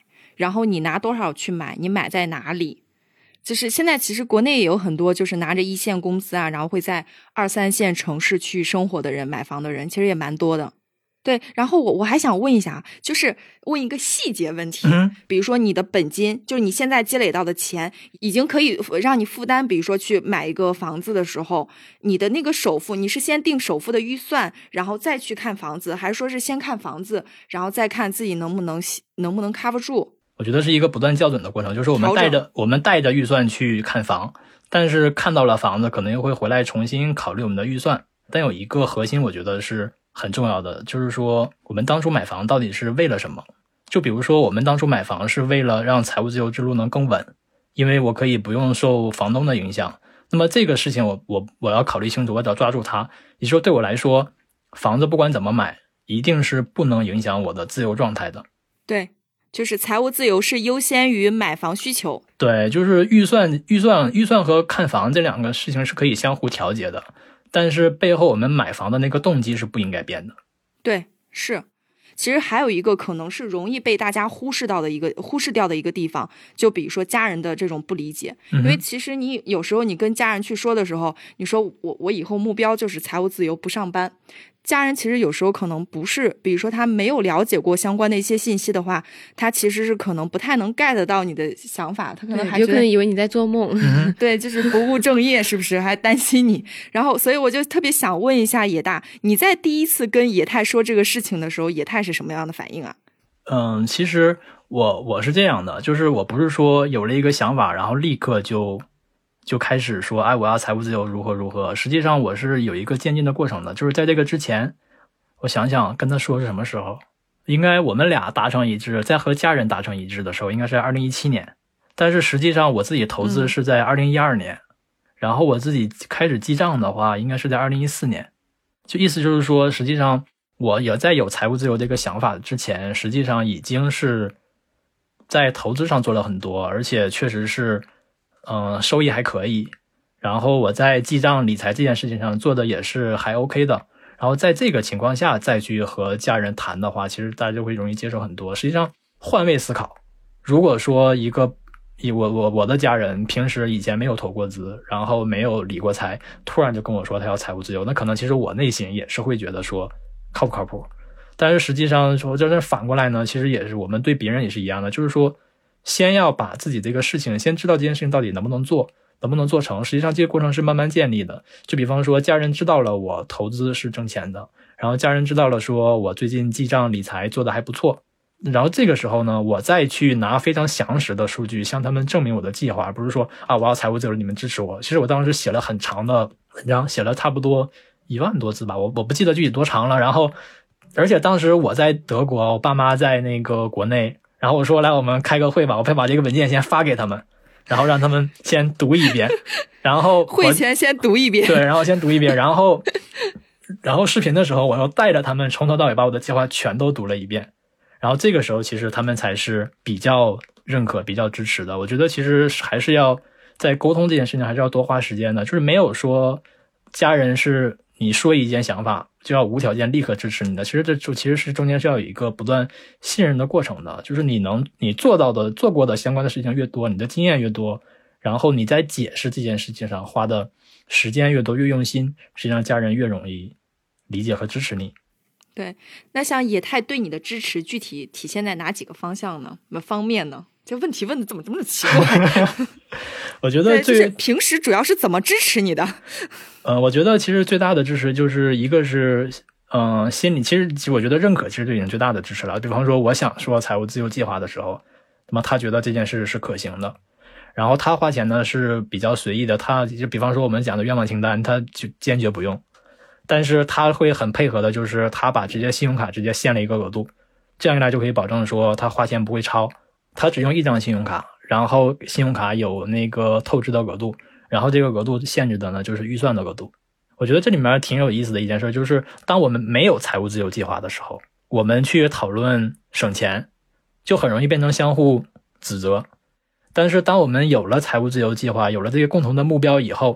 然后你拿多少去买，你买在哪里。就是现在其实国内也有很多就是拿着1线工资啊，然后会在2、3线城市去生活的人，买房的人其实也蛮多的。对，然后我还想问一下，就是问一个细节问题，比如说你的本金，就是你现在积累到的钱，已经可以让你负担，比如说去买一个房子的时候，你的那个首付，你是先定首付的预算，然后再去看房子，还是说是先看房子，然后再看自己能不能 cover 住？ 我觉得是一个不断校准的过程，就是我们带着预算去看房，但是看到了房子，可能又会回来重新考虑我们的预算。但有一个核心，我觉得是很重要的，就是说我们当初买房到底是为了什么？就比如说我们当初买房是为了让财务自由之路能更稳，因为我可以不用受房东的影响。那么这个事情我要考虑清楚，我要抓住它。也就是说对我来说，房子不管怎么买，一定是不能影响我的自由状态的。 对，就是财务自由是优先于买房需求。 对，就是预算和看房这两个事情是可以相互调节的，但是背后我们买房的那个动机是不应该变的。 对，是。其实还有一个可能是容易被大家忽视掉的一个地方，就比如说家人的这种不理解。因为其实你有时候你跟家人去说的时候，你说我以后目标就是财务自由，不上班。家人其实有时候可能不是，比如说他没有了解过相关的一些信息的话，他其实是可能不太能 get 到你的想法，他可能还有可能以为你在做梦。 对，就是不务正业，是不是？还担心你。然后所以我就特别想问一下野大，你在第一次跟野太说这个事情的时候，野太是什么样的反应啊？ 其实我是这样的，就是我不是说有了一个想法然后立刻就开始说哎我要财务自由如何如何，实际上我是有一个渐进的过程的。就是在这个之前，我想想跟他说是什么时候，应该我们俩达成一致，在和家人达成一致的时候应该是2017年，但是实际上我自己投资是在2012年，然后我自己开始记账的话应该是在2014年。就意思就是说实际上我也在有财务自由这个想法之前，实际上已经是在投资上做了很多，而且确实是收益还可以，然后我在记账理财这件事情上做的也是还 OK 的，然后在这个情况下再去和家人谈的话，其实大家就会容易接受很多。实际上换位思考，如果说我的家人平时以前没有投过资，然后没有理过财，突然就跟我说他要财务自由，那可能其实我内心也是会觉得说靠不靠谱。但是实际上说这反过来呢，其实也是我们对别人也是一样的，就是说先要把自己这个事情先知道这件事情到底能不能做成，实际上这个过程是慢慢建立的。就比方说家人知道了我投资是挣钱的，然后家人知道了说我最近记账理财做的还不错，然后这个时候呢，我再去拿非常详实的数据向他们证明我的计划，不是说啊我要财务自由你们支持我。其实我当时写了很长的文章，写了差不多1万多字吧，我不记得具体多长了。然后而且当时我在德国，我爸妈在那个国内，然后我说来我们开个会吧，我会把这个文件先发给他们，然后让他们先读一遍，然后会前先读一遍， 对，然后先读一遍，然后视频的时候我又带着他们从头到尾把我的计划全都读了一遍，然后这个时候其实他们才是比较认可比较支持的。我觉得其实还是要在沟通这件事情还是要多花时间的，就是没有说家人是你说一件想法就要无条件立刻支持你的，其实是中间是要有一个不断信任的过程的。就是你做过的相关的事情越多，你的经验越多，然后你在解释这件事情上花的时间越多越用心，实际上家人越容易理解和支持你。 对，那像野太对你的支持具体体现在哪几个方面呢？这问题问的怎么这么奇怪？ 我觉得就是平时主要是怎么支持你的？ 我觉得其实最大的支持就是一个是心理，其实我觉得认可其实就已经最大的支持了。比方说我想说财务自由计划的时候，那么他觉得这件事是可行的，然后他花钱呢是比较随意的，他就比方说我们讲的愿望清单他就坚决不用，但是他会很配合的，就是他把直接信用卡直接限了一个额度，这样一来就可以保证说他花钱不会超，他只用一张信用卡，然后信用卡有那个透支的额度，然后这个额度限制的呢就是预算的额度。我觉得这里面挺有意思的一件事，就是当我们没有财务自由计划的时候，我们去讨论省钱就很容易变成相互指责，但是当我们有了财务自由计划，有了这个共同的目标以后，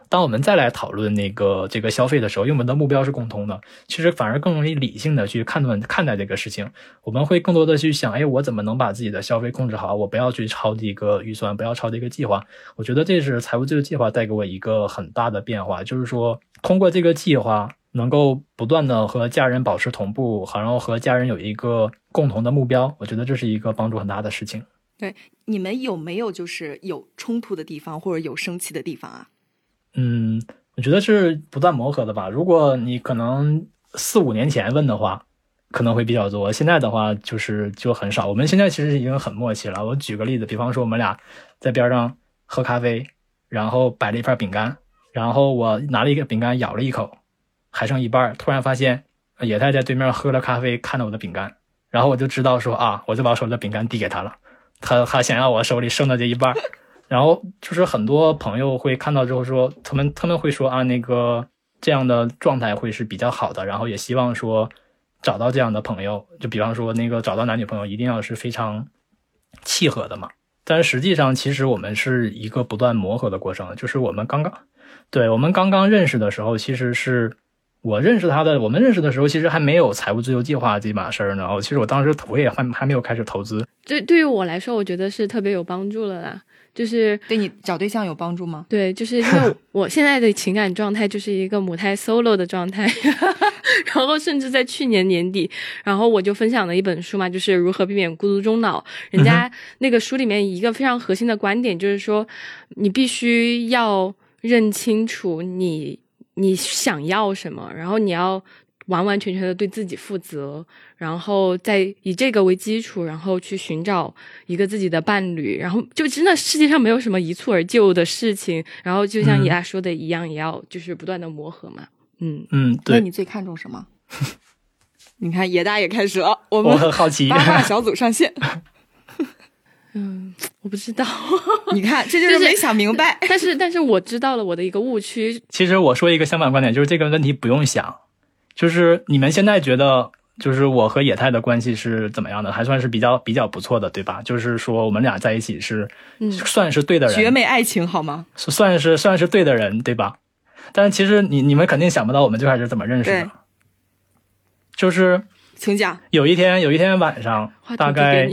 当我们再来讨论这个消费的时候，因为我们的目标是共通的，其实反而更容易理性的去看待这个事情。我们会更多的去想，哎，我怎么能把自己的消费控制好，我不要去超这个预算，不要超这个计划。我觉得这是财务自由计划带给我一个很大的变化，就是说通过这个计划能够不断的和家人保持同步，然后和家人有一个共同的目标，我觉得这是一个帮助很大的事情。 对，你们有没有就是有冲突的地方或者有生气的地方啊？ 我觉得是不断磨合的吧。如果你可能4-5年前问的话，可能会比较多，现在的话就很少。我们现在其实已经很默契了。我举个例子，比方说我们俩在边上喝咖啡，然后摆了一片饼干，然后我拿了一个饼干咬了一口，还剩一半，突然发现野太在对面喝了咖啡，看了我的饼干，然后我就知道说啊，我就把手里的饼干递给他了，他想要我手里剩的这一半。然后就是很多朋友会看到之后说，他们会说啊，这样的状态会是比较好的，然后也希望说找到这样的朋友，就比方说找到男女朋友一定要是非常契合的嘛。但是实际上其实我们是一个不断磨合的过程，就是我们刚刚认识的时候，其实是我认识他的，我们认识的时候其实还没有财务自由计划这码事儿呢。然后其实我当时我也还没有开始投资。 对于我来说，我觉得是特别有帮助了啦。就是对你找对象有帮助吗？ 对，就是因为我现在的情感状态就是一个母胎 solo 的状态然后甚至在去年年底，然后我就分享了一本书嘛，就是如何避免孤独终老。人家那个书里面一个非常核心的观点就是说，你必须要认清楚你想要什么，然后你要完完全全的对自己负责，然后再以这个为基础，然后去寻找一个自己的伴侣，然后就真的世界上没有什么一蹴而就的事情，然后就像野大说的一样，也要就是不断的磨合嘛。 对。 那你最看重什么？你看野大也开始了，我很好奇， 八卦小组上线。 我不知道你看这就是没想明白。 但是我知道了我的一个误区。 其实我说一个相反观点，就是这个问题不用想，就是你们现在觉得就是我和野太的关系是怎么样的，还算是比较不错的，对吧？就是说我们俩在一起是算是对的人， 绝美爱情好吗？ 算是对的人，对吧？但是其实你们肯定想不到我们最开始怎么认识的。就是请讲。 有一天晚上大概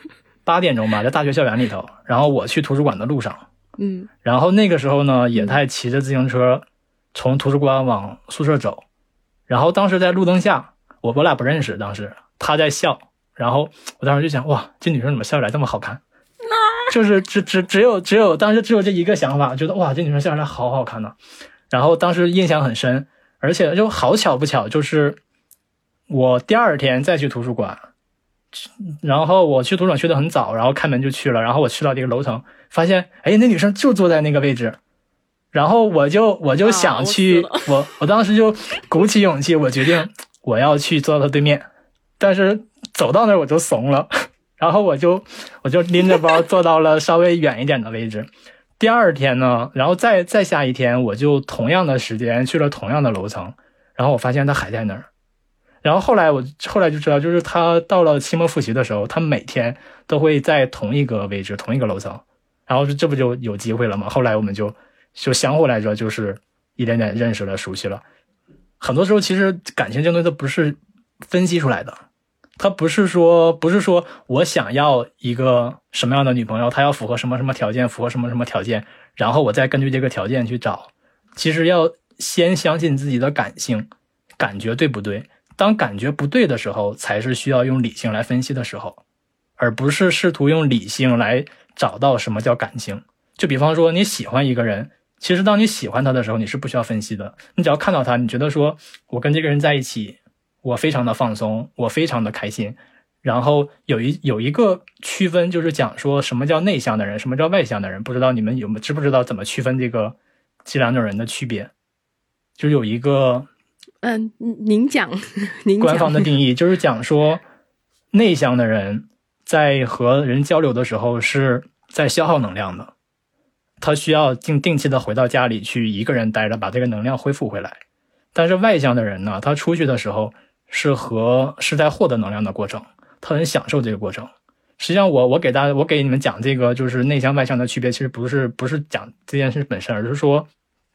8点钟吧，在大学校园里头，然后我去图书馆的路上，然后那个时候呢，野太骑着自行车从图书馆往宿舍走，然后当时在路灯下，我俩不认识，当时他在笑，然后我当时就想，哇，这女生怎么笑起来这么好看？就是只有当时只有这一个想法，觉得哇，这女生笑起来好好看呢。然后当时印象很深，而且就好巧不巧，就是我第二天再去图书馆，然后我去图书馆去得很早，然后开门就去了，然后我去到这个楼层，发现哎，那女生就坐在那个位置，然后我就想去，我当时就鼓起勇气，我决定我要去坐到她对面，但是走到那儿我就怂了，然后我就拎着包坐到了稍微远一点的位置。第二天呢，然后再下一天，我就同样的时间去了同样的楼层，然后我发现她还在那儿。然后后来就知道，就是他到了期末复习的时候，他每天都会在同一个位置同一个楼层，然后这不就有机会了吗？后来我们就相互来说就是一点点认识了熟悉了。很多时候其实感情这东西它不是分析出来的，它不是说我想要一个什么样的女朋友，她要符合什么什么条件，符合什么什么条件，然后我再根据这个条件去找。其实要先相信自己的感性，感觉对不对？当感觉不对的时候，才是需要用理性来分析的时候，而不是试图用理性来找到什么叫感性。就比方说你喜欢一个人，其实当你喜欢他的时候，你是不需要分析的，你只要看到他，你觉得说我跟这个人在一起，我非常的放松，我非常的开心。然后有一个区分，就是讲说什么叫内向的人，什么叫外向的人。不知道你们知不知道怎么区分这两种人的区别？就是有一个您讲官方的定义，就是讲说内向的人在和人交流的时候是在消耗能量的，他需要定期的回到家里去一个人待着，把这个能量恢复回来。但是外向的人呢，他出去的时候是在获得能量的过程，他很享受这个过程。实际上我给你们讲这个就是内向外向的区别，其实不是讲这件事本身，而是说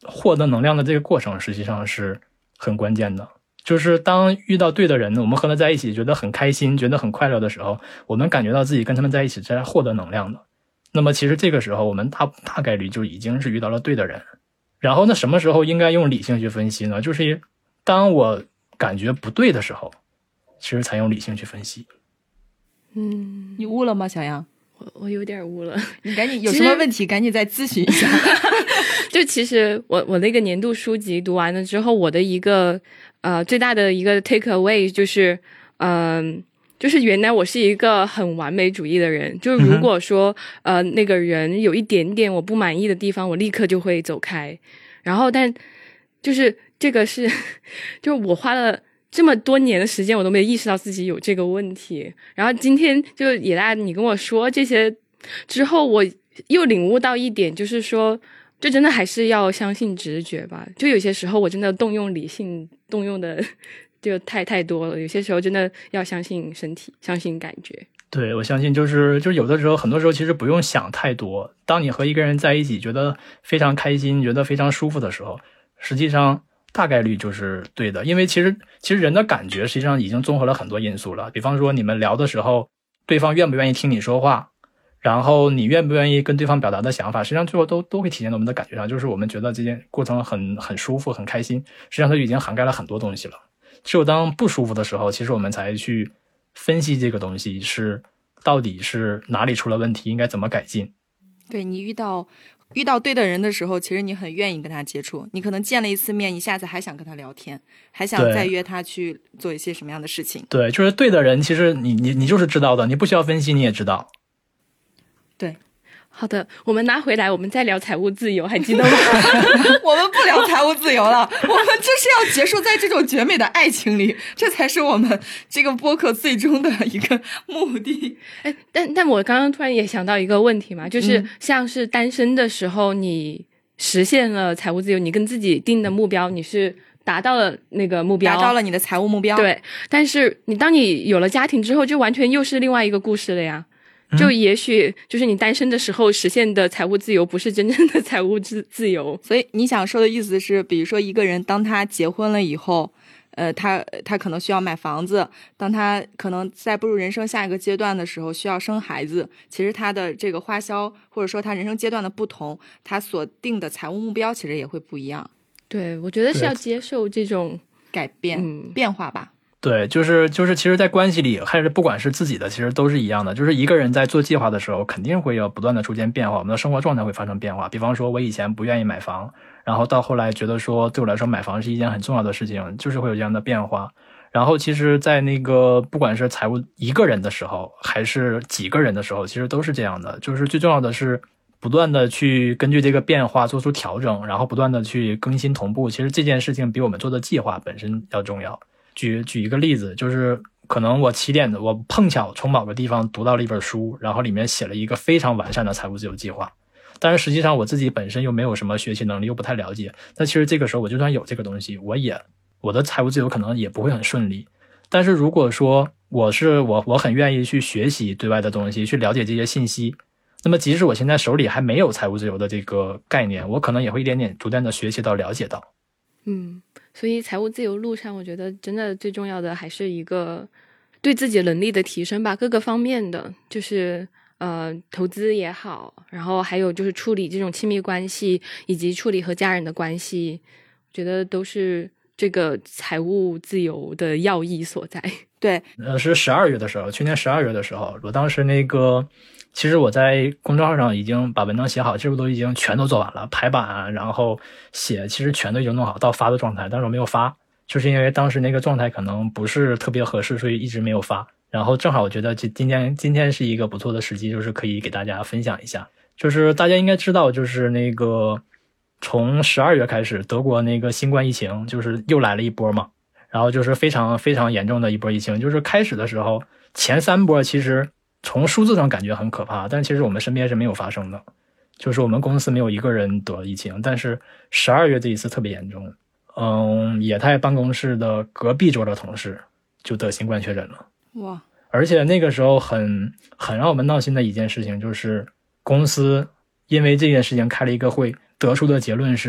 获得能量的这个过程实际上是很关键的。就是当遇到对的人，我们和他在一起觉得很开心，觉得很快乐的时候，我们感觉到自己跟他们在一起是在获得能量的。那么其实这个时候我们大概率就已经是遇到了对的人。然后呢，什么时候应该用理性去分析呢？就是当我感觉不对的时候，其实才用理性去分析。 你悟了吗，小杨？ 我有点悟了。 你赶紧有什么问题赶紧再咨询一下。 就其实我那个年度书籍读完了之后，我的一个最大的一个 take away 就是就是原来我是一个很完美主义的人，就是如果说那个人有一点点我不满意的地方，我立刻就会走开。然后但就是这个是就是我花了这么多年的时间，我都没有意识到自己有这个问题。然后今天就野大你跟我说这些之后，我又领悟到一点，就是说就真的还是要相信直觉吧。就有些时候我真的动用理性动用的就太多了，有些时候真的要相信身体，相信感觉。 对，我相信就是有的时候很多时候其实不用想太多。当你和一个人在一起觉得非常开心，觉得非常舒服的时候，实际上大概率就是对的。因为其实人的感觉实际上已经综合了很多因素了。比方说你们聊的时候，对方愿不愿意听你说话，然后你愿不愿意跟对方表达的想法，实际上最后都会体现在我们的感觉上。就是我们觉得这件过程很舒服很开心，实际上它已经涵盖了很多东西了。只有当不舒服的时候，其实我们才去分析这个东西是到底是哪里出了问题，应该怎么改进。 对，你遇到对的人的时候，其实你很愿意跟他接触，你可能见了一次面，一下子还想跟他聊天，还想再约他去做一些什么样的事情。 对，就是对的人，其实你就是知道的，你不需要分析你也知道。 对， 好的，我们拿回来，我们再聊财务自由，还记得吗？ 我们不聊财务自由了，我们就是要结束在这种绝美的爱情里，这才是我们这个播客最终的一个目的。 哎，但我刚刚突然也想到一个问题嘛，就是像是单身的时候，你实现了财务自由，你跟自己定的目标，你是达到了那个目标， 达到了你的财务目标。 对，但是当你有了家庭之后，就完全又是另外一个故事了呀。就也许就是你单身的时候实现的财务自由不是真正的财务自由。 所以你想说的意思是，比如说一个人当他结婚了以后，他可能需要买房子，当他可能在步入人生下一个阶段的时候需要生孩子，其实他的这个花销或者说他人生阶段的不同，他所定的财务目标其实也会不一样。 对，我觉得是要接受这种改变变化吧。 对，就是其实在关系里，还是不管是自己的，其实都是一样的。就是一个人在做计划的时候，肯定会有不断的出现变化，我们的生活状态会发生变化。比方说我以前不愿意买房，然后到后来觉得说对我来说买房是一件很重要的事情，就是会有这样的变化。然后其实在那个不管是财务一个人的时候，还是几个人的时候，其实都是这样的。就是最重要的是不断的去根据这个变化做出调整，然后不断的去更新同步。其实这件事情比我们做的计划本身要重要。举一个例子，就是可能我碰巧从某个地方读到了一本书，然后里面写了一个非常完善的财务自由计划，但是实际上我自己本身又没有什么学习能力，又不太了解。那其实这个时候我就算有这个东西，我的财务自由可能也不会很顺利。但是如果说我很愿意去学习对外的东西，去了解这些信息，那么即使我现在手里还没有财务自由的这个概念，我可能也会一点点逐渐的学习到了解到。 所以财务自由路上，我觉得真的最重要的还是一个对自己能力的提升吧，各个方面的，就是投资也好，然后还有就是处理这种亲密关系，以及处理和家人的关系，我觉得都是这个财务自由的要义所在。 对， 是12月的时候，去年12月的时候，我当时其实我在公众号上已经把文章写好，这都已经全都做完了，排版然后写，其实全都已经弄好到发的状态，但是我没有发，就是因为当时那个状态可能不是特别合适，所以一直没有发。然后正好我觉得今天是一个不错的时机，就是可以给大家分享一下。就是大家应该知道，就是从12月开始，德国那个新冠疫情就是又来了一波嘛，然后就是非常非常严重的一波疫情。就是开始的时候前3波其实从数字上感觉很可怕，但其实我们身边是没有发生的，就是我们公司没有一个人得疫情，但是12月这一次特别严重。野太办公室的隔壁桌的同事就得新冠确诊了。 哇！ 而且那个时候很让我们闹心的一件事情，就是公司因为这件事情开了一个会，得出的结论是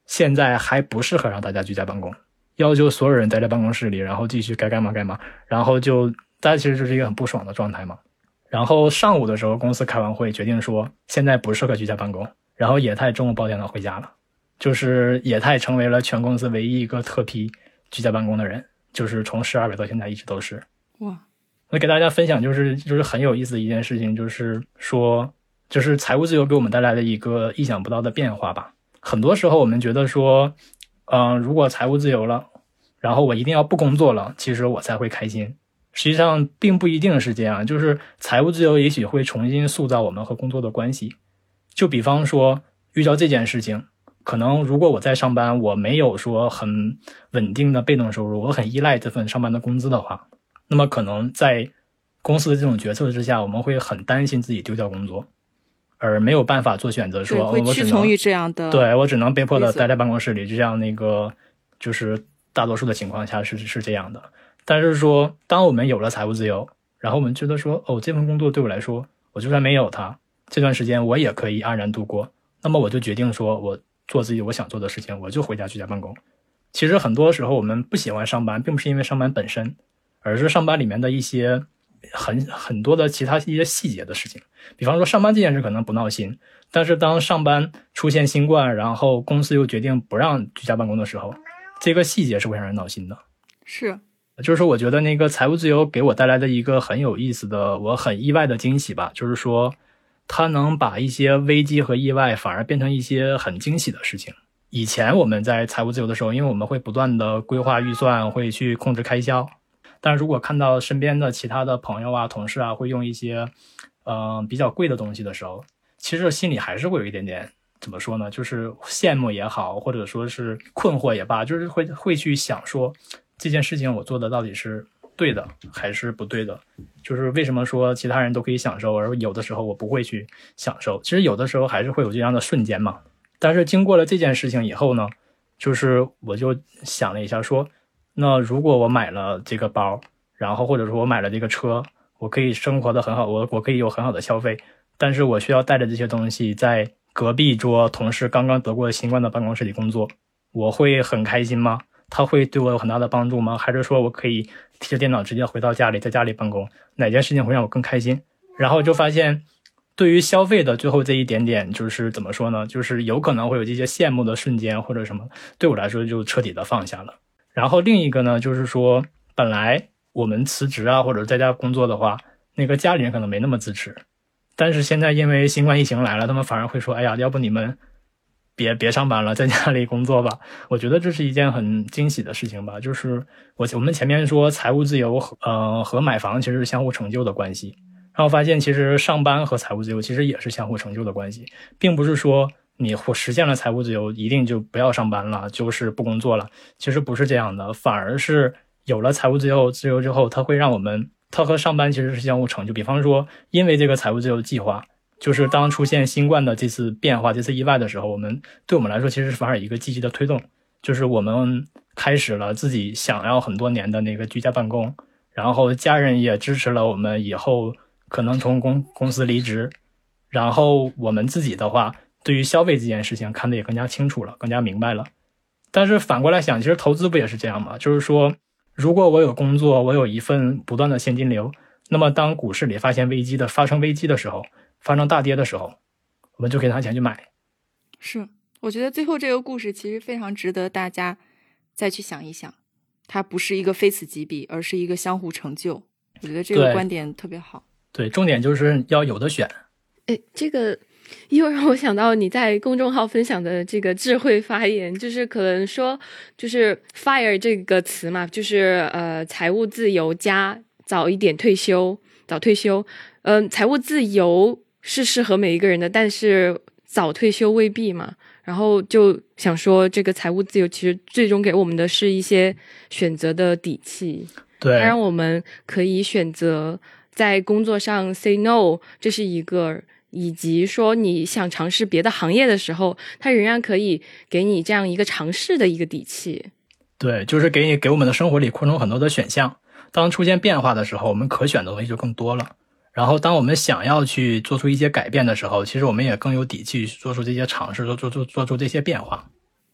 现在还不适合让大家居家办公，要求所有人待在办公室里，然后继续该干嘛干嘛，然后就大家其实就是一个很不爽的状态嘛。然后上午的时候公司开完会决定说现在不适合居家办公，然后野太中午抱电脑回家了，就是野太成为了全公司唯一一个特批居家办公的人，就是从12月到现在一直都是。 哇， 我给大家分享就是很有意思的一件事情，就是说就是财务自由给我们带来了一个意想不到的变化吧。很多时候我们觉得说如果财务自由了，然后我一定要不工作了，其实我才会开心。实际上并不一定是这样，就是财务自由也许会重新塑造我们和工作的关系。就比方说遇到这件事情，可能如果我在上班，我没有说很稳定的被动收入，我很依赖这份上班的工资的话，那么可能在公司的这种决策之下，我们会很担心自己丢掉工作，而没有办法做选择，说会屈从于这样的， 对，我只能被迫的待在办公室里，就像那个就是大多数的情况下是这样的。但是说当我们有了财务自由，然后我们觉得说这份工作对我来说，我就算没有它，这段时间我也可以安然度过，那么我就决定说我做自己我想做的事情，我就回家居家办公。其实很多时候我们不喜欢上班，并不是因为上班本身，而是上班里面的一些很多的其他一些细节的事情。比方说上班这件事可能不闹心，但是当上班出现新冠，然后公司又决定不让居家办公的时候，这个细节是会让人闹心的。 是， 就是说我觉得那个财务自由给我带来的一个很有意思的，我很意外的惊喜吧，就是说它能把一些危机和意外反而变成一些很惊喜的事情。以前我们在财务自由的时候，因为我们会不断的规划预算，会去控制开销，但如果看到身边的其他的朋友啊同事啊会用一些比较贵的东西的时候，其实心里还是会有一点点怎么说呢，就是羡慕也好，或者说是困惑也罢，就是会去想说这件事情我做的到底是对的还是不对的，就是为什么说其他人都可以享受，而有的时候我不会去享受。其实有的时候还是会有这样的瞬间嘛。但是经过了这件事情以后呢，就是我就想了一下说，那如果我买了这个包，然后或者说我买了这个车，我可以生活的很好，我可以有很好的消费，但是我需要带着这些东西在隔壁桌同事刚刚得过新冠的办公室里工作，我会很开心吗？它会对我有很大的帮助吗？还是说我可以提着电脑直接回到家里，在家里办公，哪件事情会让我更开心？然后就发现对于消费的最后这一点点，就是怎么说呢，就是有可能会有这些羡慕的瞬间或者什么，对我来说就彻底的放下了。然后另一个呢，就是说本来我们辞职啊或者在家工作的话，那个家里人可能没那么支持，但是现在因为新冠疫情来了，他们反而会说，哎呀，要不你们别上班了，在家里工作吧。我觉得这是一件很惊喜的事情吧，就是我们前面说财务自由和买房其实是相互成就的关系，然后发现其实上班和财务自由其实也是相互成就的关系，并不是说你实现了财务自由一定就不要上班了，就是不工作了，其实不是这样的，反而是有了财务自由之后，它会让我们，它和上班其实是相互成就。比方说因为这个财务自由计划，就是当出现新冠的这次变化这次意外的时候，对我们来说其实反而一个积极的推动，就是我们开始了自己想要很多年的那个居家办公，然后家人也支持了我们以后可能从公司离职，然后我们自己的话对于消费这件事情看得也更加清楚了，更加明白了。但是反过来想，其实投资不也是这样吗？就是说如果我有工作，我有一份不断的现金流，那么当股市里发生危机的时候，发生大跌的时候，我们就可以拿钱去买。 是，我觉得最后这个故事其实非常值得大家再去想一想，它不是一个非此即彼，而是一个相互成就。我觉得这个观点特别好。 对，重点就是要有的选。 这个又让我想到你在公众号分享的这个智慧发言，就是可能说就是 FIRE 这个词嘛，就是财务自由加早退休。财务自由是适合每一个人的，但是早退休未必嘛。然后就想说这个财务自由其实最终给我们的是一些选择的底气， 对， 它让我们可以选择在工作上 say no， 这是一个，以及说你想尝试别的行业的时候，它仍然可以给你这样一个尝试的一个底气。 对，就是给我们的生活里扩充很多的选项，当出现变化的时候，我们可选的东西就更多了，然后当我们想要去做出一些改变的时候，其实我们也更有底气做出这些尝试，做出这些变化。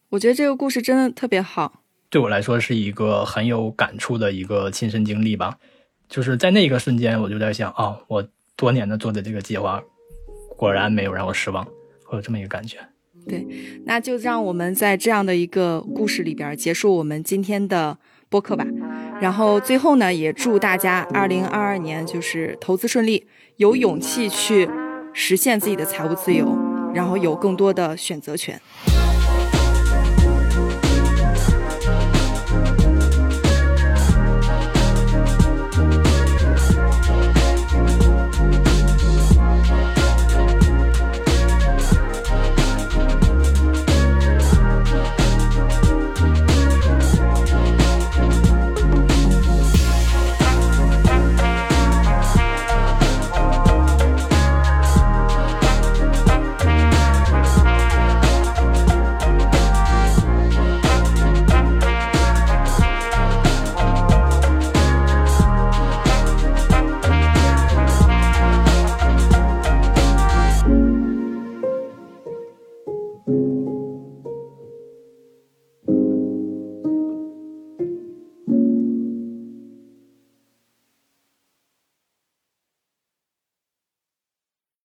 我觉得这个故事真的特别好， 对我来说是一个很有感触的一个亲身经历吧。就是在那个瞬间我就在想我多年的做的这个计划果然没有让我失望，会有这么一个感觉。 对，那就让我们在这样的一个故事里边结束我们今天的播客吧。然后最后呢，也祝大家2022年就是投资顺利，有勇气去实现自己的财务自由，然后有更多的选择权。